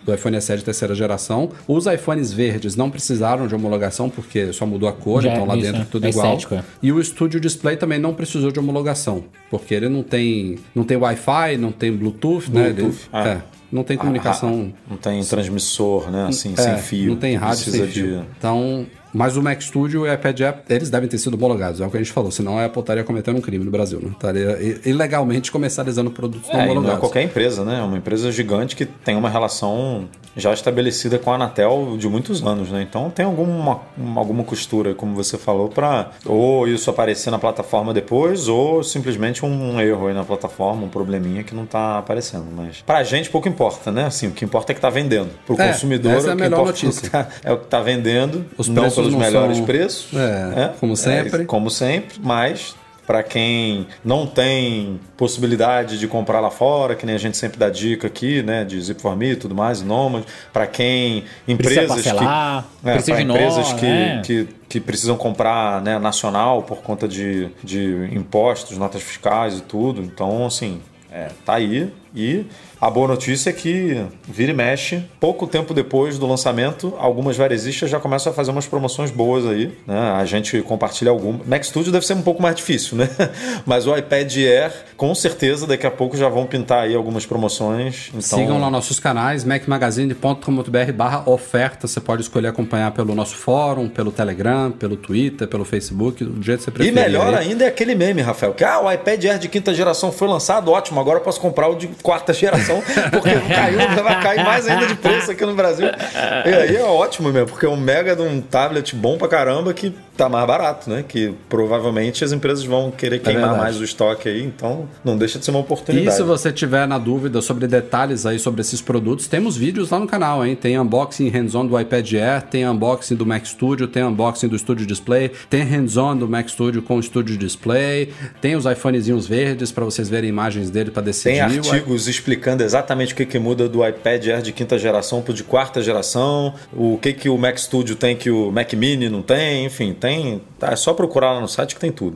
do iPhone S E de terceira geração. Os iPhones verdes não precisaram de homologação, porque só mudou a cor, Já, então lá isso, dentro é. tudo É igual. estético, é. E o Studio Display também não precisou de homologação, porque ele não tem, não tem Wi-Fi, não tem Bluetooth, né? Ele, Bluetooth, ah. é, não tem comunicação... Ah, não tem transmissor, né? Assim, É, sem fio. não tem rádio Precisa sem fio. de... Então, mas o Mac Studio e o iPad Air, eles devem ter sido homologados, é o que a gente falou, senão a Apple estaria cometendo um crime no Brasil, né? Estaria ilegalmente comercializando produtos não É, e homologados. não é qualquer empresa, né? É uma empresa gigante que tem uma relação já estabelecida com a Anatel de muitos anos, né? Então tem alguma, alguma costura, como você falou, para ou isso aparecer na plataforma depois, ou simplesmente um erro aí na plataforma, um probleminha que não está aparecendo. Mas pra gente pouco importa, né? Assim, o que importa é que tá vendendo. Pro É, consumidor, essa é a o que melhor importa notícia. Tá, é o que tá vendendo, Os não preços pelos não melhores são- preços. É, como sempre. É, como sempre, mas para quem não tem possibilidade de comprar lá fora, que nem a gente sempre dá dica aqui, né, de Zip for Me e tudo mais, Nomad, para quem empresas parcelar, que é, precisa para de empresas nó, que, né? que que precisam comprar, né, nacional por conta de, de impostos, notas fiscais e tudo. Então, assim, é, tá aí. E a boa notícia é que vira e mexe, pouco tempo depois do lançamento, algumas varejistas já começam a fazer umas promoções boas aí, né? A gente compartilha algumas. Mac Studio deve ser um pouco mais difícil, né? Mas o iPad Air, com certeza, daqui a pouco já vão pintar aí algumas promoções. Então... Sigam lá nossos canais, mac magazine ponto com ponto b r barra oferta. Você pode escolher acompanhar pelo nosso fórum, pelo Telegram, pelo Twitter, pelo Facebook, do jeito que você E preferir. melhor aí. ainda é aquele meme, Rafael, que ah, o iPad Air de quinta geração foi lançado, ótimo, agora eu posso comprar o de quarta geração, porque caiu, vai cair mais ainda de preço aqui no Brasil. E aí é ótimo mesmo, porque é um mega de um tablet bom pra caramba que tá mais barato, né? Que provavelmente as empresas vão querer queimar verdade. mais o estoque aí, então não deixa de ser uma oportunidade. E se você tiver na dúvida sobre detalhes aí sobre esses produtos, temos vídeos lá no canal, hein? Tem unboxing hands-on do iPad Air, tem unboxing do Mac Studio, tem unboxing do Studio Display, tem hands-on do Mac Studio com o Studio Display, tem os iPhonezinhos verdes para vocês verem imagens dele para decidir. Tem artigos explicando exatamente o que, que muda do iPad Air de quinta geração para o de quarta geração, o que, que o Mac Studio tem que o Mac Mini não tem, enfim, tem. Tá, é só procurar lá no site que tem tudo.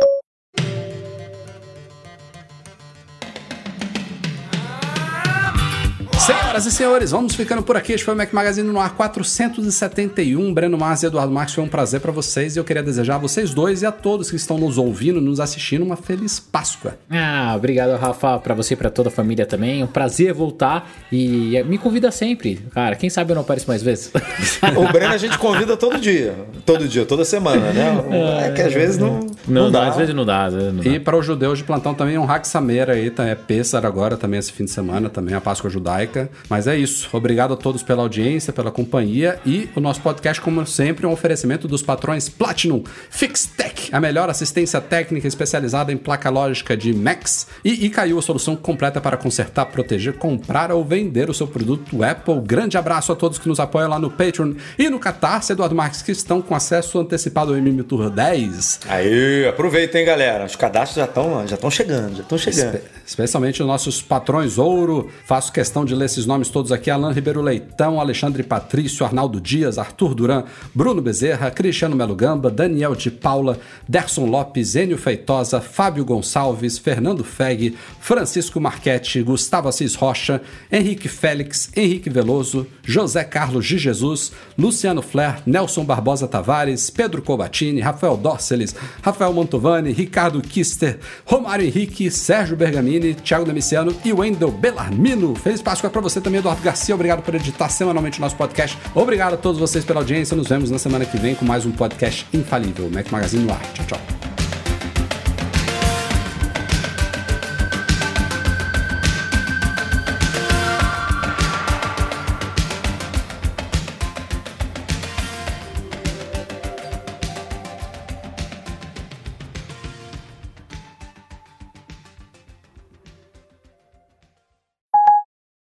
Senhoras e senhores, vamos ficando por aqui. Este foi o Mac Magazine no ar quatrocentos e setenta e um. Breno Mars e Eduardo Marques, foi um prazer para vocês e eu queria desejar a vocês dois e a todos que estão nos ouvindo, nos assistindo, uma feliz Páscoa. Ah, obrigado, Rafa, pra você e pra toda a família também. Um prazer voltar e me convida sempre. Cara, quem sabe eu não apareço mais vezes. O Breno a gente convida todo dia. Todo dia, toda semana, né? É que às vezes não, Não, não dá. Às vezes não dá. Às vezes não dá. E para os judeus de plantão também, um Hag Sameira aí, tá? É Pêssar agora também esse fim de semana, também a Páscoa judaica. Mas é isso. Obrigado a todos pela audiência, pela companhia e o nosso podcast, como sempre, é um oferecimento dos patrões Platinum FixTech, a melhor assistência técnica especializada em placa lógica de Macs, e Icaiu, a solução completa para consertar, proteger, comprar ou vender o seu produto Apple. Grande abraço a todos que nos apoiam lá no Patreon e no Catarse, Eduardo Marques, que estão com acesso antecipado ao M M Tour dez. Aí, aproveita, hein, galera. Os cadastros já estão já estão chegando, já estão chegando. Espe- especialmente os nossos patrões ouro. Faço questão de ler esses nomes todos aqui: Alan Ribeiro Leitão, Alexandre Patrício, Arnaldo Dias, Arthur Duran, Bruno Bezerra, Cristiano Melo Gamba, Daniel de Paula, Derson Lopes, Enio Feitosa, Fábio Gonçalves, Fernando Feg, Francisco Marchetti, Gustavo Assis Rocha, Henrique Félix, Henrique Veloso, José Carlos de Jesus, Luciano Flair, Nelson Barbosa Tavares, Pedro Cobatini, Rafael Dorceles, Rafael Mantovani, Ricardo Kister, Romário Henrique, Sérgio Bergamini, Thiago Demiciano e Wendel Bellarmino. Feliz Páscoa para você também, Eduardo Garcia. Obrigado por editar semanalmente o nosso podcast. Obrigado a todos vocês pela audiência. Nos vemos na semana que vem com mais um podcast infalível. Mac Magazine no ar. Tchau, tchau.